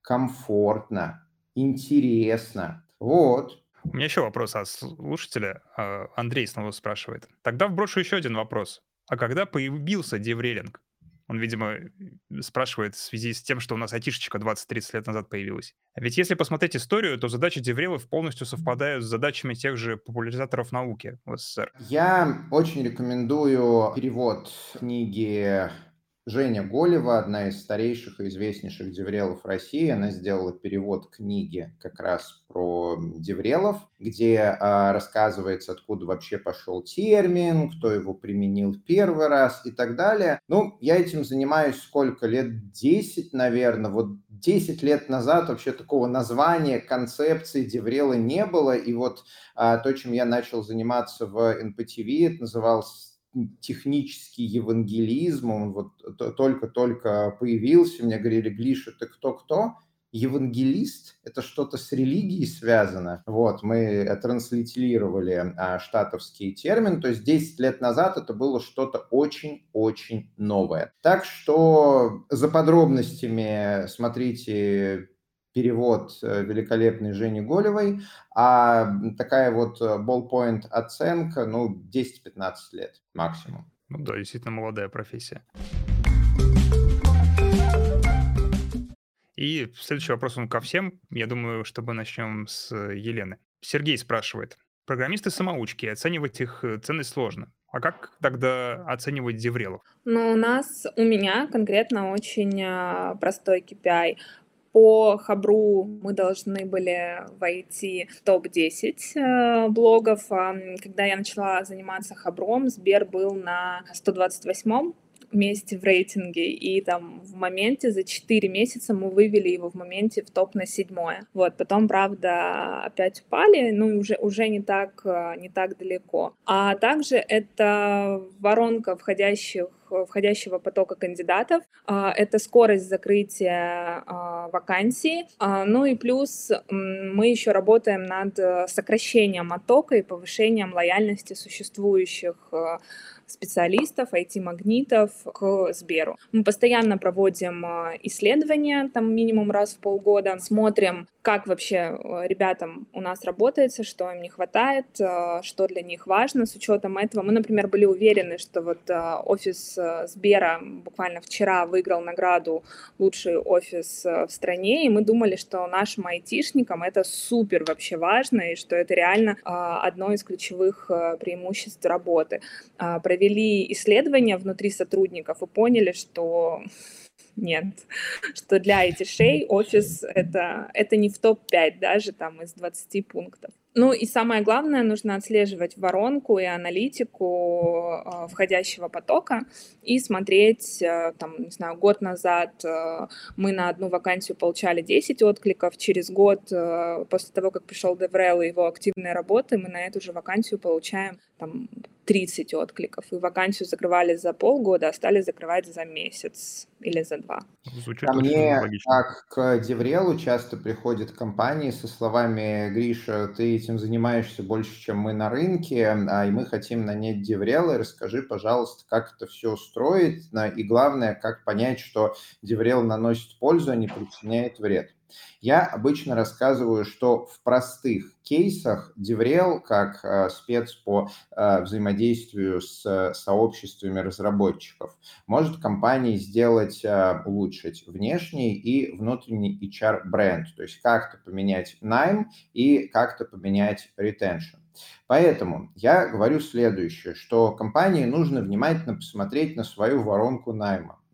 комфортно, интересно. Вот. У меня еще вопрос от слушателя. А, Андрей снова спрашивает. Тогда вброшу еще один вопрос. А когда появился деврелинг? Он, видимо, спрашивает в связи с тем, что у нас айтишечка двадцать-тридцать лет назад появилась. А ведь если посмотреть историю, то задачи деврелов полностью совпадают с задачами тех же популяризаторов науки в СССР. Я очень рекомендую перевод книги Женя Голева, одна из старейших и известнейших деврелов России. Она сделала перевод книги как раз про деврелов, где а, рассказывается, откуда вообще пошел термин, кто его применил в первый раз и так далее. Ну, я этим занимаюсь сколько? Лет десять, наверное. Вот десять лет назад вообще такого названия, концепции деврела не было. И вот а, то, чем я начал заниматься в эн пи ти ви, это называлось технический евангелизм, он вот только-только появился, мне говорили: Глиша, ты кто-кто? Евангелист? Это что-то с религией связано? Вот, мы транслитерировали а, штатовский термин, то есть десять лет назад это было что-то очень-очень новое. Так что за подробностями смотрите перевод великолепной Жени Голевой, а такая вот ballpoint оценка, ну, десять-пятнадцать лет максимум. Ну да, действительно молодая профессия. И следующий вопрос, он ко всем. Я думаю, чтобы начнем с Елены. Сергей спрашивает. Программисты-самоучки, оценивать их ценность сложно. А как тогда оценивать деврелов? Ну, у нас, у меня конкретно очень а, простой кей пи ай. По Хабру мы должны были войти в топ десять э, блогов. А когда я начала заниматься Хабром, Сбер был на сто двадцать восьмом месте в рейтинге, и там в моменте за четыре месяца мы вывели его в моменте в топ на седьмое. Вот, потом, правда, опять упали, ну, уже, уже не так, не так далеко. А также это воронка входящих входящего потока кандидатов, это скорость закрытия вакансий, ну и плюс мы еще работаем над сокращением оттока и повышением лояльности существующих специалистов, ай ти-магнитов к Сберу. Мы постоянно проводим исследования, там минимум раз в полгода, смотрим, как вообще ребятам у нас работается, что им не хватает, что для них важно. С учетом этого мы, например, были уверены, что вот офис Сбера буквально вчера выиграл награду «Лучший офис в стране», и мы думали, что нашим айтишникам это супер вообще важно, и что это реально одно из ключевых преимуществ работы. Провели исследования внутри сотрудников и поняли, что нет, что для айтишей офис это, это не в топ пять даже там из двадцати пунктов. Ну и самое главное, нужно отслеживать воронку и аналитику э, входящего потока и смотреть, э, там, не знаю, год назад э, мы на одну вакансию получали десять откликов, через год, э, после того, как пришел DevRel и его активные работы, мы на эту же вакансию получаем там тридцать откликов, и вакансию закрывали за полгода, а стали закрывать за месяц или за два. Звучит Ко очень мне, логично. как к деврелу, часто приходят компании со словами: Гриша, ты этим занимаешься больше, чем мы на рынке, а, и мы хотим нанять деврела, расскажи, пожалуйста, как это все устроить, и главное, как понять, что деврел наносит пользу, а не причиняет вред. Я обычно рассказываю, что в простых кейсах деврел, как э, спец по э, взаимодействию с сообществами разработчиков, может компании сделать, э, улучшить внешний и внутренний эйч ар-бренд, то есть как-то поменять найм и как-то поменять ретеншн. Поэтому я говорю следующее, что компании нужно внимательно посмотреть на свою воронку найма.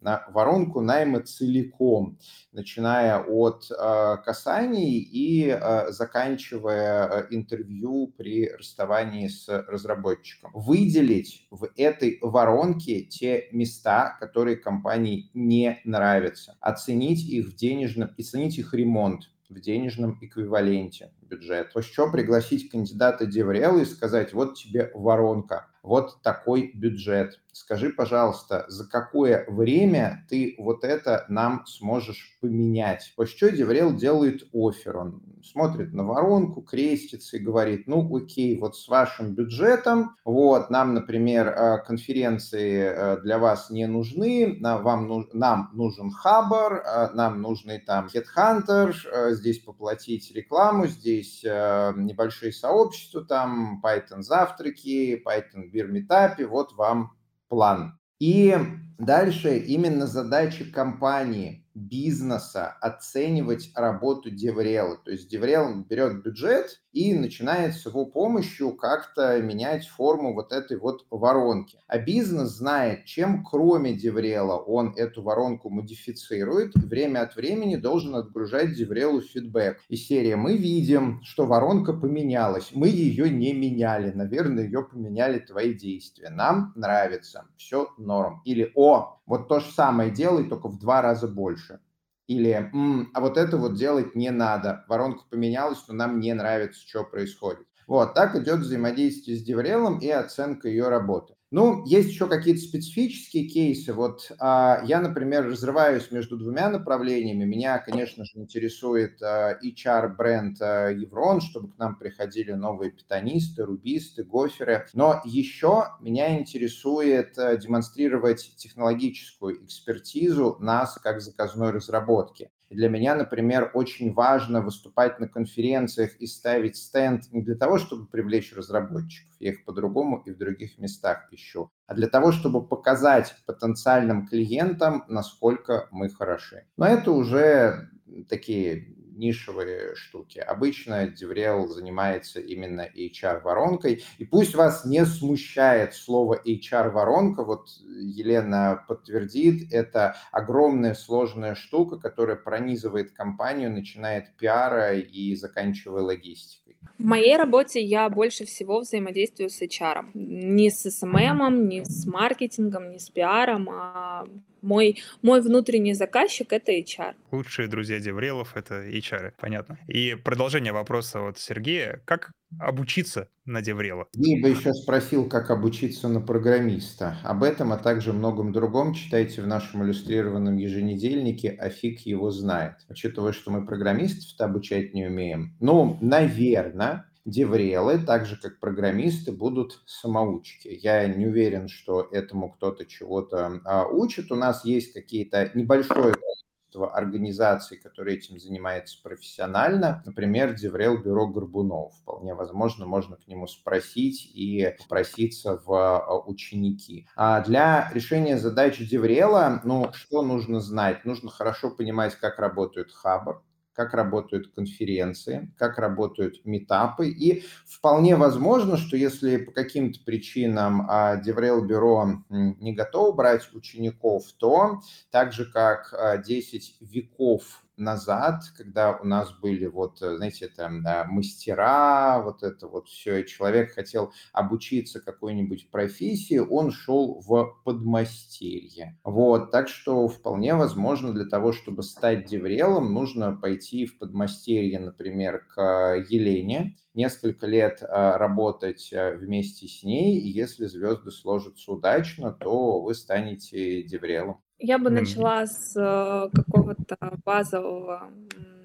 на воронку найма целиком, начиная от э, касаний и э, заканчивая э, интервью при расставании с разработчиком. Выделить в этой воронке те места, которые компании не нравятся, оценить их в денежном, оценить их ремонт в денежном эквиваленте бюджет. После чего пригласить кандидата DevRel и сказать: вот тебе воронка, вот такой бюджет. Скажи, пожалуйста, за какое время ты вот это нам сможешь поменять? После чего DevRel делает оффер. Он смотрит на воронку, крестится и говорит: ну окей, вот с вашим бюджетом, вот нам, например, конференции для вас не нужны, нам, вам, нам нужен Хабр, нам нужны там Headhunter, здесь поплатить рекламу, здесь небольшие сообщества, там Python завтраки, Python бир метапе, вот вам план. И дальше именно задача компании, бизнеса оценивать работу DevRel. То есть DevRel берет бюджет и начинает с его помощью как-то менять форму вот этой вот воронки. А бизнес знает, чем кроме DevRel он эту воронку модифицирует, время от времени должен отгружать DevRel фидбэк. Из серии: мы видим, что воронка поменялась, мы ее не меняли, наверное, ее поменяли твои действия, нам нравится, все норм. Или: о, вот то же самое делай, только в два раза больше. Или: М, а вот это вот делать не надо, воронка поменялась, но нам не нравится, что происходит. Вот так идет взаимодействие с DevRel и оценка ее работы. Ну, есть еще какие-то специфические кейсы. Вот а, я, например, разрываюсь между двумя направлениями. Меня, конечно же, интересует а, эйч ар-бренд а, Еврон, чтобы к нам приходили новые питонисты, рубисты, гоферы. Но еще меня интересует а, демонстрировать технологическую экспертизу нас как заказной разработки. И для меня, например, очень важно выступать на конференциях и ставить стенд не для того, чтобы привлечь разработчиков, я их по-другому и в других местах ищу, а для того, чтобы показать потенциальным клиентам, насколько мы хороши. Но это уже такие нишевые штуки. Обычно DevRel занимается именно эйч ар-воронкой. И пусть вас не смущает слово эйч ар-воронка, вот Елена подтвердит, это огромная сложная штука, которая пронизывает компанию, начиная от пиара и заканчивая логистикой. В моей работе я больше всего взаимодействую с эйч ар. Не с эс эм эм, не с маркетингом, не с пиаром, а мой, мой внутренний заказчик — это эйч ар. Лучшие друзья деврелов — это эйч ар, понятно. И продолжение вопроса от Сергея. Как обучиться на деврела? Либо еще спросил, как обучиться на программиста. Об этом, а также многом другом читайте в нашем иллюстрированном еженедельнике, а фиг его знает. Учитывая, что мы программистов-то обучать не умеем, ну, наверное, деврелы, так же как программисты, будут самоучки. Я не уверен, что этому кто-то чего-то а, учит. У нас есть какие-то небольшое организаций, которые этим занимаются профессионально. Например, DevRel бюро Горбунов. Вполне возможно, можно к нему спросить и попроситься в ученики. А для решения задач DevRel, ну, что нужно знать? Нужно хорошо понимать, как работает Хабр, как работают конференции, как работают митапы. И вполне возможно, что если по каким-то причинам DevRel бюро не готово брать учеников, то так же, как десять веков назад, когда у нас были вот, знаете, там да, мастера, вот это вот все, и человек хотел обучиться какой-нибудь профессии, он шел в подмастерье. Вот, так что вполне возможно, для того, чтобы стать деврелом, нужно пойти в подмастерье, например, к Елене, несколько лет работать вместе с ней, и если звезды сложатся удачно, то вы станете деврелом. Я бы начала с э, какого-то базового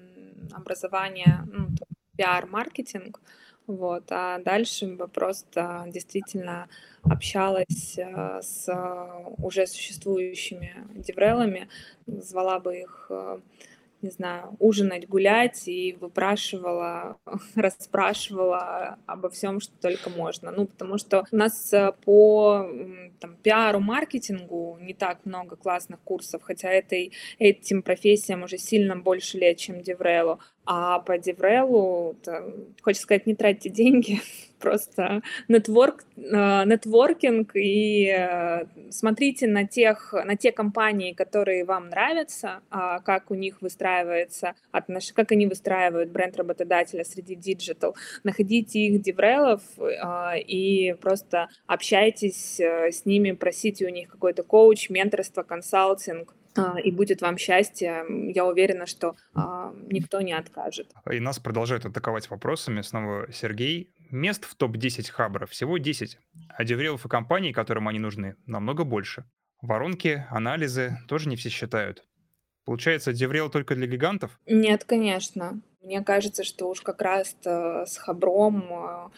м, образования, ну, пиар-маркетинг, вот, а дальше бы просто действительно общалась э, с уже существующими деврелами, звала бы их, э, не знаю, ужинать, гулять и выпрашивала, расспрашивала обо всем, что только можно. Ну, потому что у нас по там, пиару, маркетингу не так много классных курсов, хотя этой, этим профессиям уже сильно больше лет, чем деврелу. А по DevRel, хочется сказать, не тратьте деньги, просто нетворк, э, нетворкинг и э, смотрите на тех, на те компании, которые вам нравятся, а, как у них выстраивается отнош... как они выстраивают бренд работодателя среди диджитал. Находите их деврелов э, и просто общайтесь э, с ними, просите у них какой-то коуч, менторство, консалтинг. И будет вам счастье. Я уверена, что а, никто не откажет. И нас продолжают атаковать вопросами. Снова Сергей. Мест в топ десять хабров всего десять, а деврелов и компаний, которым они нужны, намного больше. Воронки, анализы тоже не все считают. Получается, деврел только для гигантов? Нет, конечно. Мне кажется, что уж как раз с хабром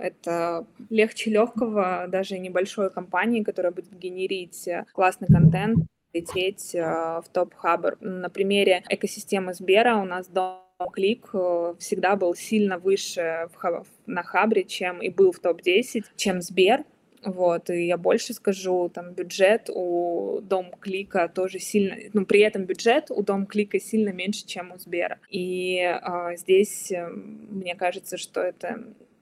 это легче легкого, даже небольшой компании, которая будет генерить классный контент, лететь в топ-хабр. На примере экосистемы Сбера у нас DomClick всегда был сильно выше в хаб, на хабре, чем и был в топ десять, чем Сбер. Вот, и я больше скажу, там бюджет у DomClick тоже сильно, ну, при этом бюджет у DomClick сильно меньше, чем у Сбера. И а, здесь мне кажется, что это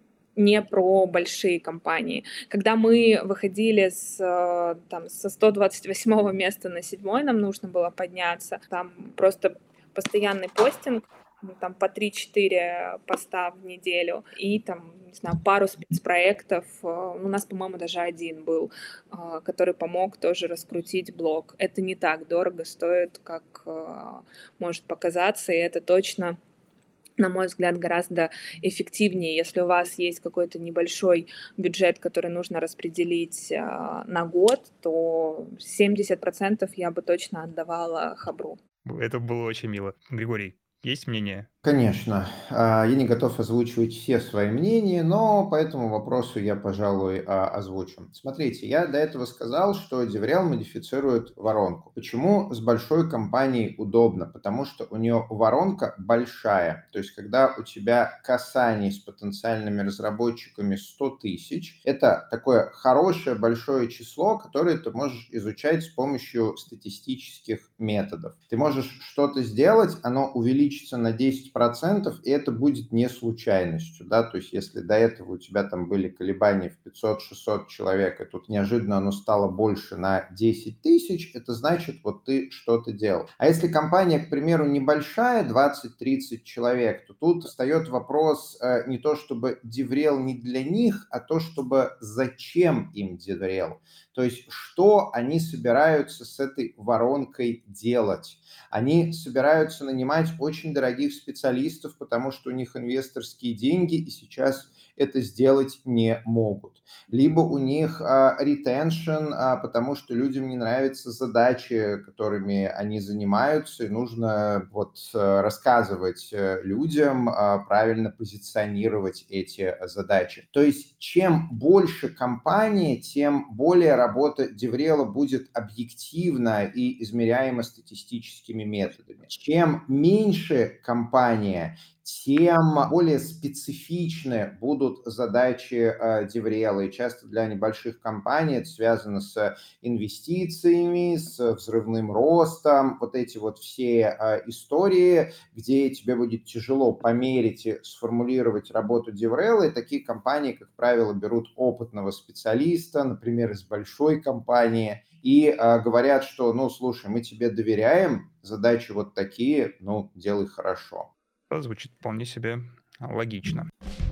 не про большие компании. Когда мы выходили с, там, со сто двадцать восьмого места на седьмой, нам нужно было подняться. Там просто постоянный постинг, там по три-четыре поста в неделю, и там, не знаю, пару спецпроектов. У нас, по-моему, даже один был, который помог тоже раскрутить блог. Это не так дорого стоит, как может показаться, и это точно, на мой взгляд, гораздо эффективнее. Если у вас есть какой-то небольшой бюджет, который нужно распределить э, на год, то семьдесят процентов я бы точно отдавала хабру. Это было очень мило. Григорий, есть мнение? Конечно. Я не готов озвучивать все свои мнения, но по этому вопросу я, пожалуй, озвучу. Смотрите, я до этого сказал, что деврел модифицирует воронку. Почему с большой компанией удобно? Потому что у нее воронка большая. То есть, когда у тебя касаний с потенциальными разработчиками сто тысяч, это такое хорошее большое число, которое ты можешь изучать с помощью статистических методов. Ты можешь что-то сделать, оно увеличится на десять процентов, и это будет не случайностью, да, то есть если до этого у тебя там были колебания в пятьсот-шестьсот человек, и тут неожиданно оно стало больше на десять тысяч, это значит, вот ты что-то делал. А если компания, к примеру, небольшая, двадцать-тридцать человек, то тут встает вопрос э, не то, чтобы деврел не для них, а то, чтобы зачем им деврел. То есть что они собираются с этой воронкой делать. Они собираются нанимать очень дорогих специалистов, потому что у них инвесторские деньги, и сейчас это сделать не могут. Либо у них ретеншн, а, а, потому что людям не нравятся задачи, которыми они занимаются, и нужно вот рассказывать людям, а, правильно позиционировать эти задачи. То есть чем больше компания, тем более работа деврела будет объективна и измеряема статистическими методами. Чем меньше компания, тем более специфичны будут задачи э, деврела. И часто для небольших компаний это связано с инвестициями, с взрывным ростом. Вот эти вот все э, истории, где тебе будет тяжело померить и сформулировать работу деврела. И такие компании, как правило, берут опытного специалиста, например, из большой компании, и э, говорят, что, ну, слушай, мы тебе доверяем, задачи вот такие, ну, делай хорошо. Звучит вполне себе логично.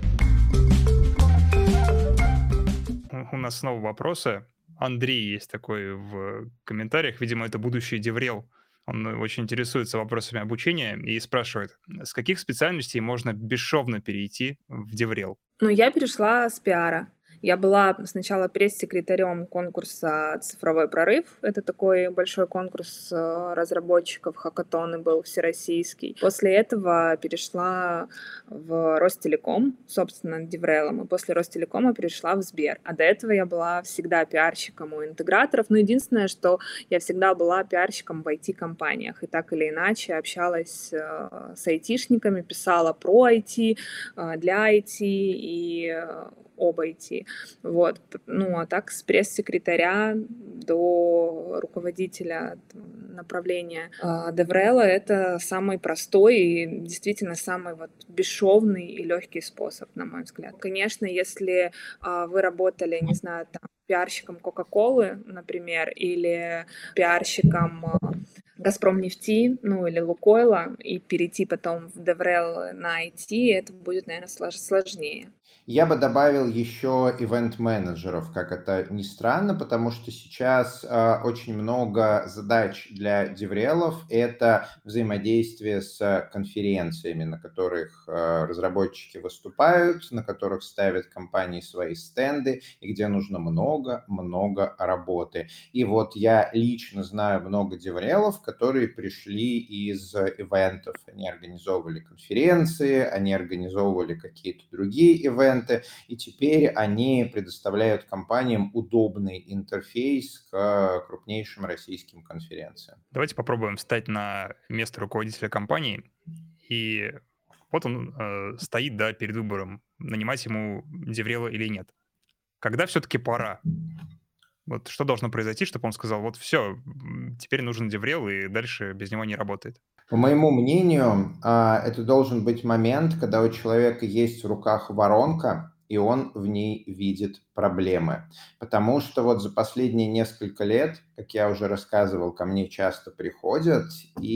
У нас снова вопросы. Андрей есть такой в комментариях. Видимо, это будущий деврел. Он очень интересуется вопросами обучения и спрашивает, с каких специальностей можно бесшовно перейти в деврел? Ну, я перешла с пиара. Я была сначала пресс-секретарем конкурса «Цифровой прорыв». Это такой большой конкурс разработчиков, хакатоны был всероссийский. После этого перешла в Ростелеком, собственно, деврелом. И после Ростелекома перешла в Сбер. А до этого я была всегда пиарщиком у интеграторов. Но единственное, что я всегда была пиарщиком в ай ти-компаниях. И так или иначе общалась с айтишниками, писала про ай ти, для ай ти и об ай ти. Вот. Ну, а так с пресс-секретаря до руководителя там, направления э, DevRel это самый простой и действительно самый вот бесшовный и легкий способ, на мой взгляд. Конечно, если э, вы работали, не знаю, там, пиарщиком Кока-Колы, например, или пиарщиком э, Газпромнефти, ну или Лукойла, и перейти потом в DevRel на ай ти, это будет, наверное, слож- сложнее. Я бы добавил еще ивент-менеджеров, как это ни странно, потому что сейчас э, очень много задач для деврелов. Это взаимодействие с конференциями, на которых э, разработчики выступают, на которых ставят компании свои стенды, и где нужно много-много работы. И вот я лично знаю много деврелов, которые пришли из ивентов. Они организовывали конференции, они организовывали какие-то другие ивенты, и теперь они предоставляют компаниям удобный интерфейс к крупнейшим российским конференциям. Давайте попробуем встать на место руководителя компании, и вот он э, стоит, да, перед выбором, нанимать ему деврела или нет. Когда все-таки пора? Вот что должно произойти, чтобы он сказал, вот все, теперь нужен деврел, и дальше без него не работает? По моему мнению, а, это должен быть момент, когда у человека есть в руках воронка, и он в ней видит проблемы. Потому что вот за последние несколько лет, как я уже рассказывал, ко мне часто приходят,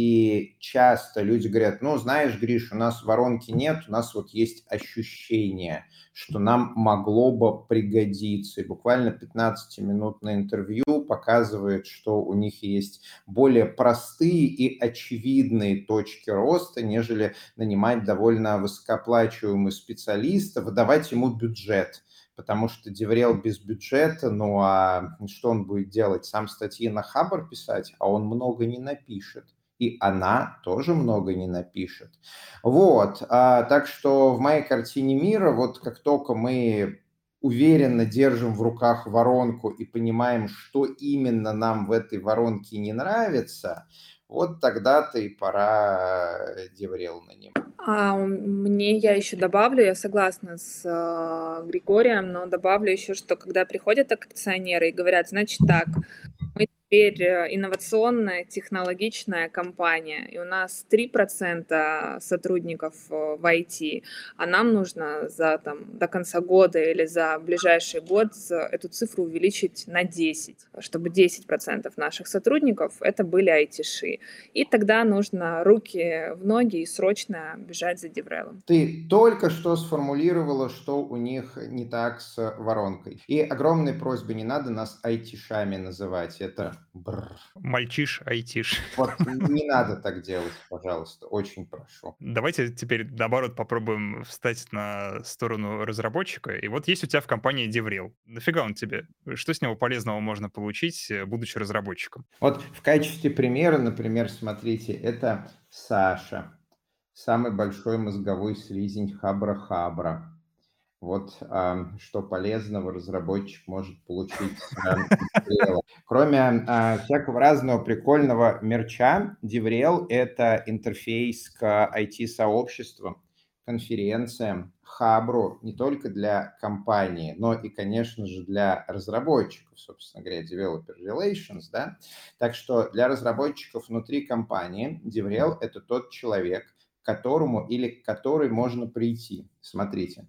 и часто люди говорят, ну, знаешь, Гриш, у нас воронки нет, у нас вот есть ощущение, что нам могло бы пригодиться. И буквально пятнадцатиминутное интервью показывает, что у них есть более простые и очевидные точки роста, нежели нанимать довольно высокооплачиваемого специалиста, выдавать ему бюджет. Потому что деврел без бюджета, ну а что он будет делать? Сам статьи на Хабр писать, а он много не напишет. И она тоже много не напишет. Вот, а, так что в моей картине мира, вот как только мы уверенно держим в руках воронку и понимаем, что именно нам в этой воронке не нравится, вот тогда-то и пора деврел нанимать. А мне я еще добавлю, я согласна с э, Григорием, но добавлю еще, что когда приходят акционеры и говорят, значит так, мы теперь инновационная, технологичная компания, и у нас три процента сотрудников в ай ти, а нам нужно за, там, до конца года или за ближайший год эту цифру увеличить на десять, чтобы десять процентов наших сотрудников это были айтиши. И тогда нужно руки в ноги и срочно бежать за деврелом. Ты только что сформулировала, что у них не так с воронкой. И огромной просьбы, не надо нас айтишами называть. Это бррр. Мальчиш, айтиш. Вот не надо так делать, пожалуйста. Очень прошу. Давайте теперь, наоборот, попробуем встать на сторону разработчика. И вот есть у тебя в компании деврел. Нафига он тебе? Что с него полезного можно получить, будучи разработчиком? Вот в качестве примера, например, смотрите, это Саша. Самый большой мозговой слизень Хабра-Хабра. Вот а, что полезного разработчик может получить с деврела. Кроме а, всякого разного прикольного мерча, деврел — это интерфейс к ай ти-сообществу, конференциям, Хабру не только для компании, но и, конечно же, для разработчиков, собственно говоря, Developer Relations, да. Так что для разработчиков внутри компании деврел — это тот человек, к которому или к которой можно прийти. Смотрите.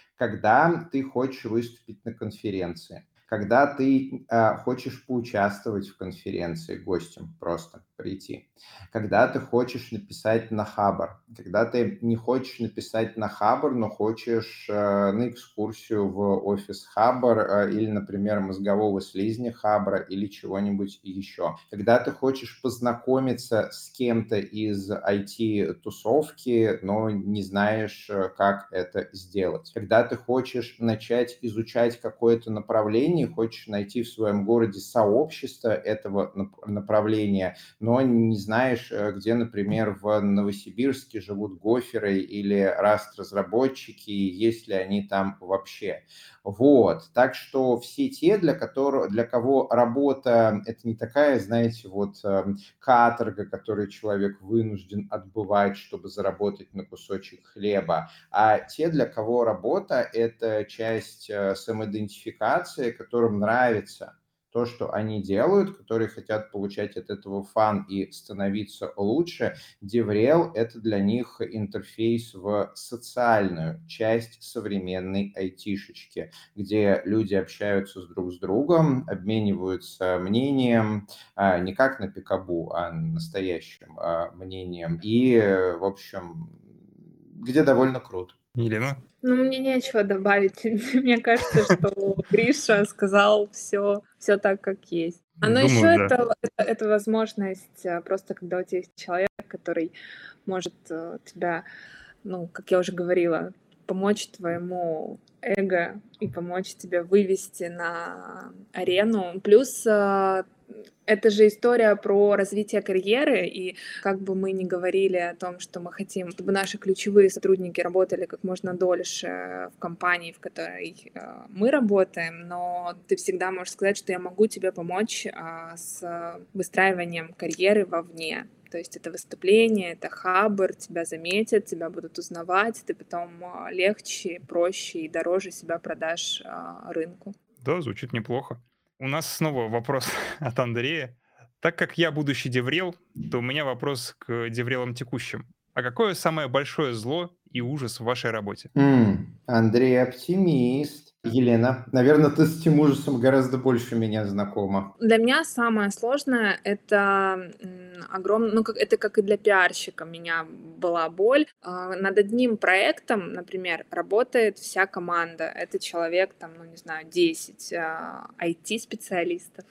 Когда ты хочешь выступить на конференции, когда ты э, хочешь поучаствовать в конференции, гостем просто прийти, когда ты хочешь написать на Хабр, когда ты не хочешь написать на Хабр, но хочешь э, на экскурсию в офис Хабр э, или, например, мозгового слизня Хабра или чего-нибудь еще, когда ты хочешь познакомиться с кем-то из ай ти-тусовки, но не знаешь, как это сделать, когда ты хочешь начать изучать какое-то направление, направлении, хочешь найти в своем городе сообщество этого направления, но не знаешь, где, например, в Новосибирске живут гоферы или Rust-разработчики, есть ли они там вообще. Вот. Так что все те, для, которых, для кого работа – это не такая, знаете, вот каторга, которую человек вынужден отбывать, чтобы заработать на кусочек хлеба, а те, для кого работа – это часть самоидентификации, которым нравится то, что они делают, которые хотят получать от этого фан и становиться лучше, DevRel – это для них интерфейс в социальную часть современной айтишечки, где люди общаются с друг с другом, обмениваются мнением, не как на пикабу, а настоящим мнением, и, в общем, где довольно круто. Елена? Ну, мне нечего добавить. Мне кажется, что Гриша сказал все, все так, как есть. А но Думаю, еще да. это, это, это возможность а, просто, когда у тебя есть человек, который может а, тебя, ну, как я уже говорила, помочь твоему эго и помочь тебе вывести на арену. Плюс а, это же история про развитие карьеры, и как бы мы ни говорили о том, что мы хотим, чтобы наши ключевые сотрудники работали как можно дольше в компании, в которой э, мы работаем, но ты всегда можешь сказать, что я могу тебе помочь э, с выстраиванием карьеры вовне. То есть это выступление, это хабр, тебя заметят, тебя будут узнавать, ты потом легче, проще и дороже себя продашь э, рынку. Да, звучит неплохо. У нас снова вопрос от Андрея. Так как я будущий деврел, то у меня вопрос к деврелам текущим. А какое самое большое зло и ужас в вашей работе? М, Андрей оптимист. Елена, наверное, ты с этим ужасом гораздо больше меня знакома. Для меня самое сложное — это огромное, ну, как, это как и для пиарщика у меня была боль. А, Над одним проектом, например, работает вся команда. Это человек, там, ну, не знаю, десять а, ай ти-специалистов.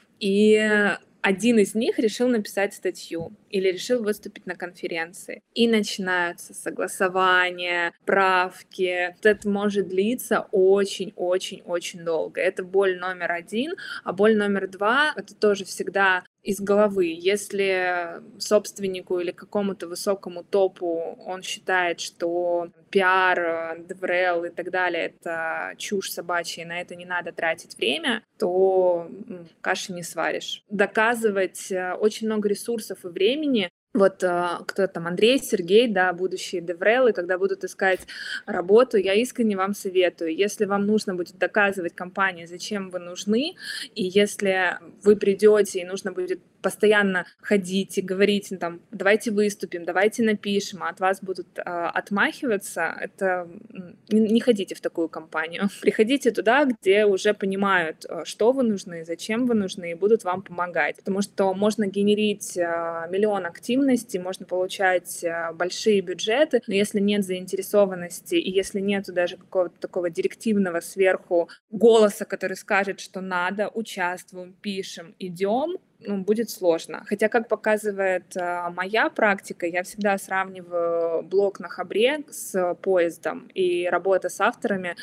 И один из них решил написать статью или решил выступить на конференции. И начинаются согласования, правки. Это может длиться очень-очень-очень долго. Это боль номер один. А боль номер два — это тоже всегда из головы. Если собственнику или какому-то высокому топу он считает, что пиар, деврел и так далее — это чушь собачья, и на это не надо тратить время, то м, каши не сваришь. Доказывать э, очень много ресурсов и времени. Вот э, кто там, Андрей, Сергей, да, будущие деврелы, когда будут искать работу, я искренне вам советую. Если вам нужно будет доказывать компании, зачем вы нужны, и если вы придете и нужно будет постоянно ходить и говорить, ну, там, давайте выступим, давайте напишем, а от вас будут э, отмахиваться, это не, не ходите в такую компанию. Приходите туда, где уже понимают, что вы нужны, зачем вы нужны, и будут вам помогать. Потому что можно генерить э, миллион активностей, можно получать э, большие бюджеты, но если нет заинтересованности и если нет даже какого-то такого директивного сверху голоса, который скажет, что надо, участвуем, пишем, идем, ну, будет сложно. Хотя, как показывает а, моя практика, я всегда сравниваю блог на Хабре с поездом и работа с авторами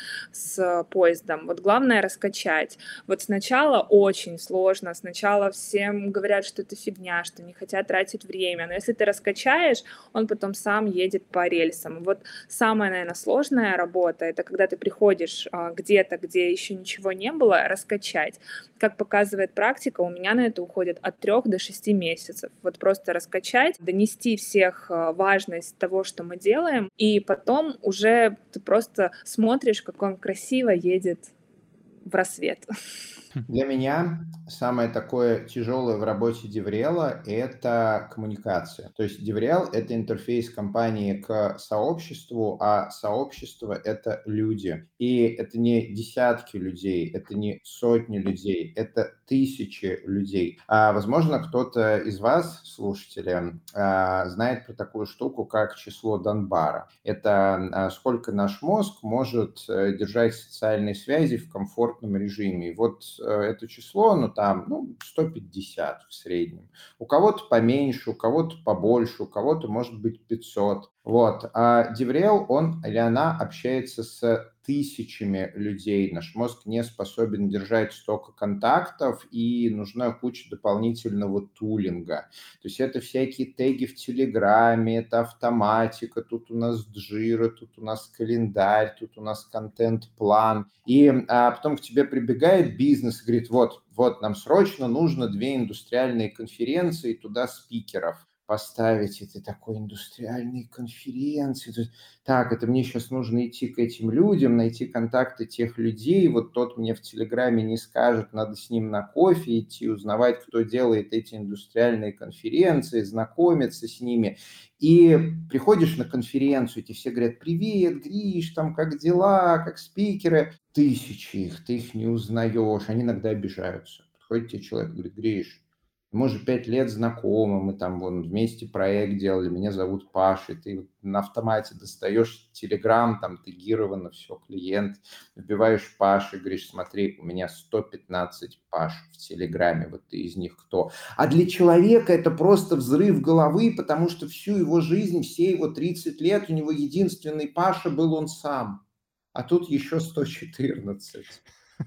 с поездом. Вот главное раскачать. Вот сначала очень сложно, сначала всем говорят, что это фигня, что не хотят тратить время, но если ты раскачаешь, он потом сам едет по рельсам. Вот самая, наверное, сложная работа — это когда ты приходишь а, где-то, где еще ничего не было, раскачать. Как показывает практика, у меня на это уходит от трех до шести месяцев. Вот просто раскачать, донести всех важность того, что мы делаем, и потом уже ты просто смотришь, как он красиво едет в рассвет. Для меня самое такое тяжелое в работе деврела – это коммуникация. То есть деврел – это интерфейс компании к сообществу, а сообщество – это люди. И это не десятки людей, это не сотни людей, это тысячи людей. А, возможно, кто-то из вас, слушатели, а, знает про такую штуку, как число Данбара. Это а, сколько наш мозг может держать социальные связи в комфортном режиме. И вот это число, ну там, ну, сто пятьдесят в среднем. У кого-то поменьше, у кого-то побольше, у кого-то может быть пятьсот. Вот. А DevRel, он или она общается с тысячами людей. Наш мозг не способен держать столько контактов, и нужна куча дополнительного тулинга. То есть это всякие теги в Телеграме, это автоматика, тут у нас Jira, тут у нас календарь, тут у нас контент-план. И а, потом к тебе прибегает бизнес и говорит, вот, вот, нам срочно нужно две индустриальные конференции, туда спикеров поставить, это такой индустриальные конференции. То есть, так, это мне сейчас нужно идти к этим людям, найти контакты тех людей, вот тот мне в Телеграме не скажет, надо с ним на кофе идти, узнавать, кто делает эти индустриальные конференции, знакомиться с ними. И приходишь на конференцию, тебе все говорят, привет, Гриш, там как дела, как спикеры. Тысячи их, ты их не узнаешь, они иногда обижаются. Подходит тебе человек и говорит, Гриш, мы уже пять лет знакомы, мы там вон вместе проект делали, меня зовут Паша, и ты на автомате достаешь Телеграм, там тегировано все, клиент, вбиваешь Паша и говоришь, смотри, у меня сто пятнадцать Паш в Телеграме, вот ты из них кто? А для человека это просто взрыв головы, потому что всю его жизнь, все его тридцать лет, у него единственный Паша был он сам, а тут еще сто четырнадцать.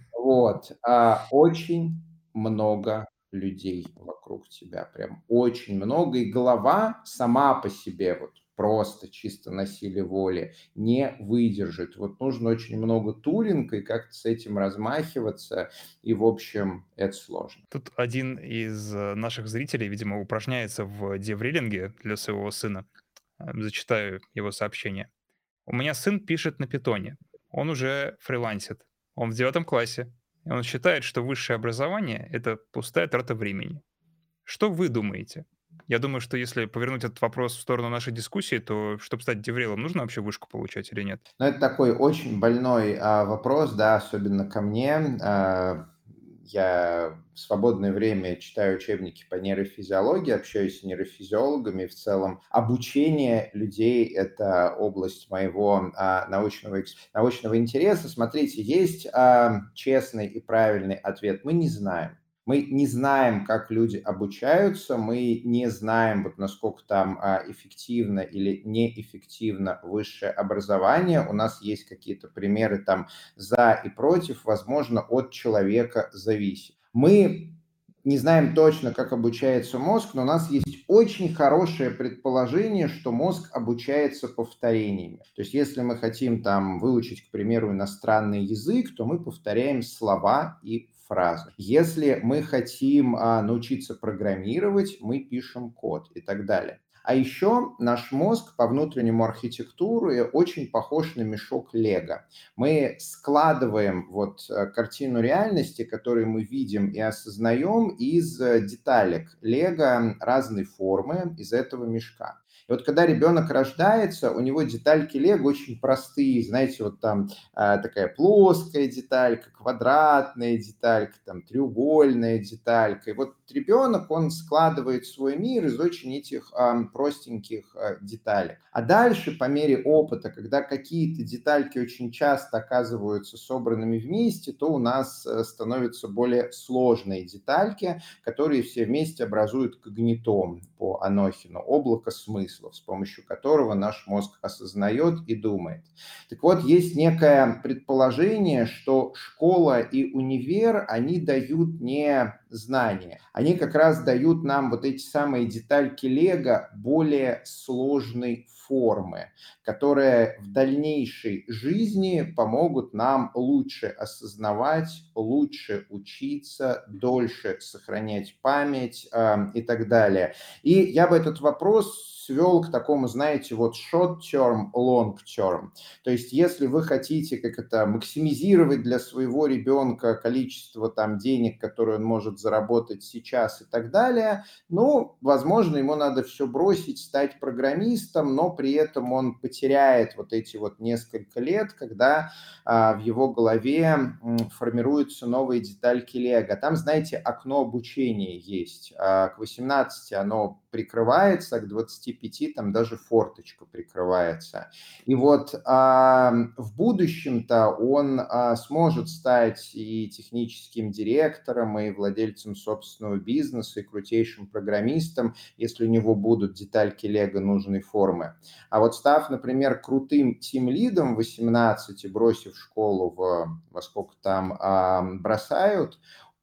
Вот, а, очень много людей вокруг тебя, прям очень много, и голова сама по себе, вот просто чисто на силе воли не выдержит. Вот нужно очень много тулинга и как-то с этим размахиваться, и, в общем, это сложно. Тут один из э, наших зрителей, видимо, упражняется в деврилинге для своего сына. Э, Зачитаю его сообщение. У меня сын пишет на питоне. Он уже фрилансит. Он в девятом классе. И он считает, что высшее образование — это пустая трата времени. Что вы думаете? Я думаю, что если повернуть этот вопрос в сторону нашей дискуссии, то чтобы стать деврелом, нужно вообще вышку получать или нет? Но это такой очень больной а, вопрос, да, особенно ко мне. А, я в свободное время читаю учебники по нейрофизиологии, общаюсь с нейрофизиологами. В целом обучение людей — это область моего а, научного, экс- научного интереса. Смотрите, есть а, честный и правильный ответ. Мы не знаем. Мы не знаем, как люди обучаются, мы не знаем, вот насколько там а, эффективно или неэффективно высшее образование. У нас есть какие-то примеры там за и против, возможно, от человека зависит. Мы не знаем точно, как обучается мозг, но у нас есть очень хорошее предположение, что мозг обучается повторениями. То есть если мы хотим там выучить, к примеру, иностранный язык, то мы повторяем слова и фразы. Если мы хотим а, научиться программировать, мы пишем код и так далее. А еще наш мозг по внутреннему архитектуре очень похож на мешок Лего. Мы складываем вот э, картину реальности, которую мы видим и осознаем, из э, деталек Лего разной формы из этого мешка. И вот когда ребенок рождается, у него детальки Лего очень простые, знаете, вот там а, такая плоская деталька, квадратная деталька, там треугольная деталька. И вот ребенок, он складывает свой мир из очень этих а, простеньких а, деталек. А дальше, по мере опыта, когда какие-то детальки очень часто оказываются собранными вместе, то у нас а, становятся более сложные детальки, которые все вместе образуют когнитом по Анохину, облако смыслов, с помощью которого наш мозг осознает и думает. Так вот, есть некое предположение, что школа и универ, они дают не знания, они как раз дают нам вот эти самые детальки Лего более сложной формы, которые в дальнейшей жизни помогут нам лучше осознавать, лучше учиться, дольше сохранять память э, и так далее. И я бы этот вопрос свел к такому, знаете, вот short-term, long-term. То есть если вы хотите как это максимизировать для своего ребенка количество там денег, которые он может заработать сейчас и так далее, ну, возможно, ему надо все бросить, стать программистом, но при этом он потеряет вот эти вот несколько лет, когда а, в его голове м, формируются новые детальки Лего. Там, знаете, окно обучения есть. А, к восемнадцати оно прикрывается, а к двадцати пяти там даже форточка прикрывается. И вот а, в будущем-то он а, сможет стать и техническим директором, и владельцем собственного бизнеса, и крутейшим программистом, если у него будут детальки Лего нужной формы. А вот став, например, крутым тимлидом в восемнадцати, бросив школу в, во сколько там а, бросают,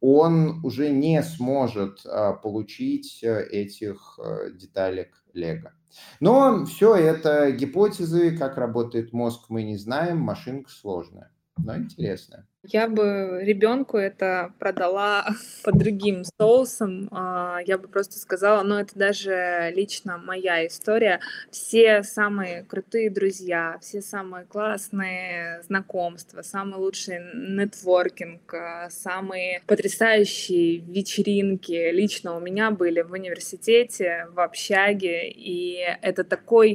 он уже не сможет а, получить а, этих а, деталек Лего. Но все это гипотезы, как работает мозг, мы не знаем, машинка сложная, но интересная. Я бы ребенку это продала под другим соусом. А, Я бы просто сказала, ну это даже лично моя история. Все самые крутые друзья, все самые классные знакомства, самый лучший нетворкинг, а, самые потрясающие вечеринки лично у меня были в университете, в общаге. И это такой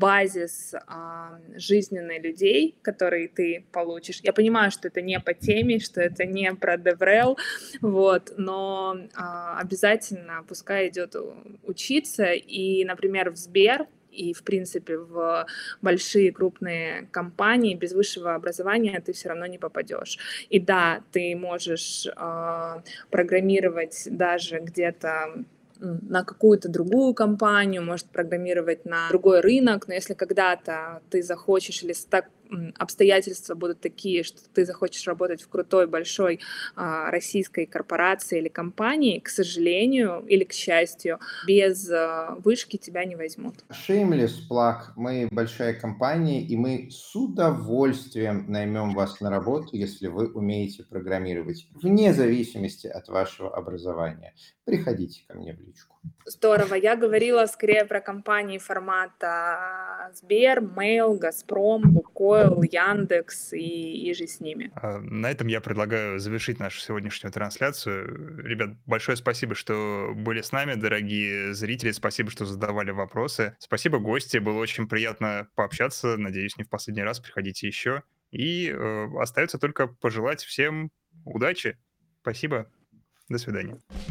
базис а, жизненных людей, который ты получишь. Я понимаю, что это не по теме, что это не про DevRel, вот, но а, обязательно пускай идет учиться, и, например, в Сбер и, в принципе, в большие крупные компании без высшего образования ты все равно не попадешь. И да, ты можешь а, программировать даже где-то на какую-то другую компанию, может программировать на другой рынок, но если когда-то ты захочешь или так обстоятельства будут такие, что ты захочешь работать в крутой, большой а, российской корпорации или компании, к сожалению или к счастью, без а, вышки тебя не возьмут. Shameless plug. Мы большая компания, и мы с удовольствием наймем вас на работу, если вы умеете программировать, вне зависимости от вашего образования. Приходите ко мне в личку. Здорово. Я говорила скорее про компании формата Сбер, Mail, Газпром, Лукойл, Яндекс и, и же с ними. А, На этом я предлагаю завершить нашу сегодняшнюю трансляцию. Ребят, большое спасибо, что были с нами, дорогие зрители. Спасибо, что задавали вопросы. Спасибо, гости. Было очень приятно пообщаться. Надеюсь, не в последний раз. Приходите еще. И э, остается только пожелать всем удачи. Спасибо. До свидания.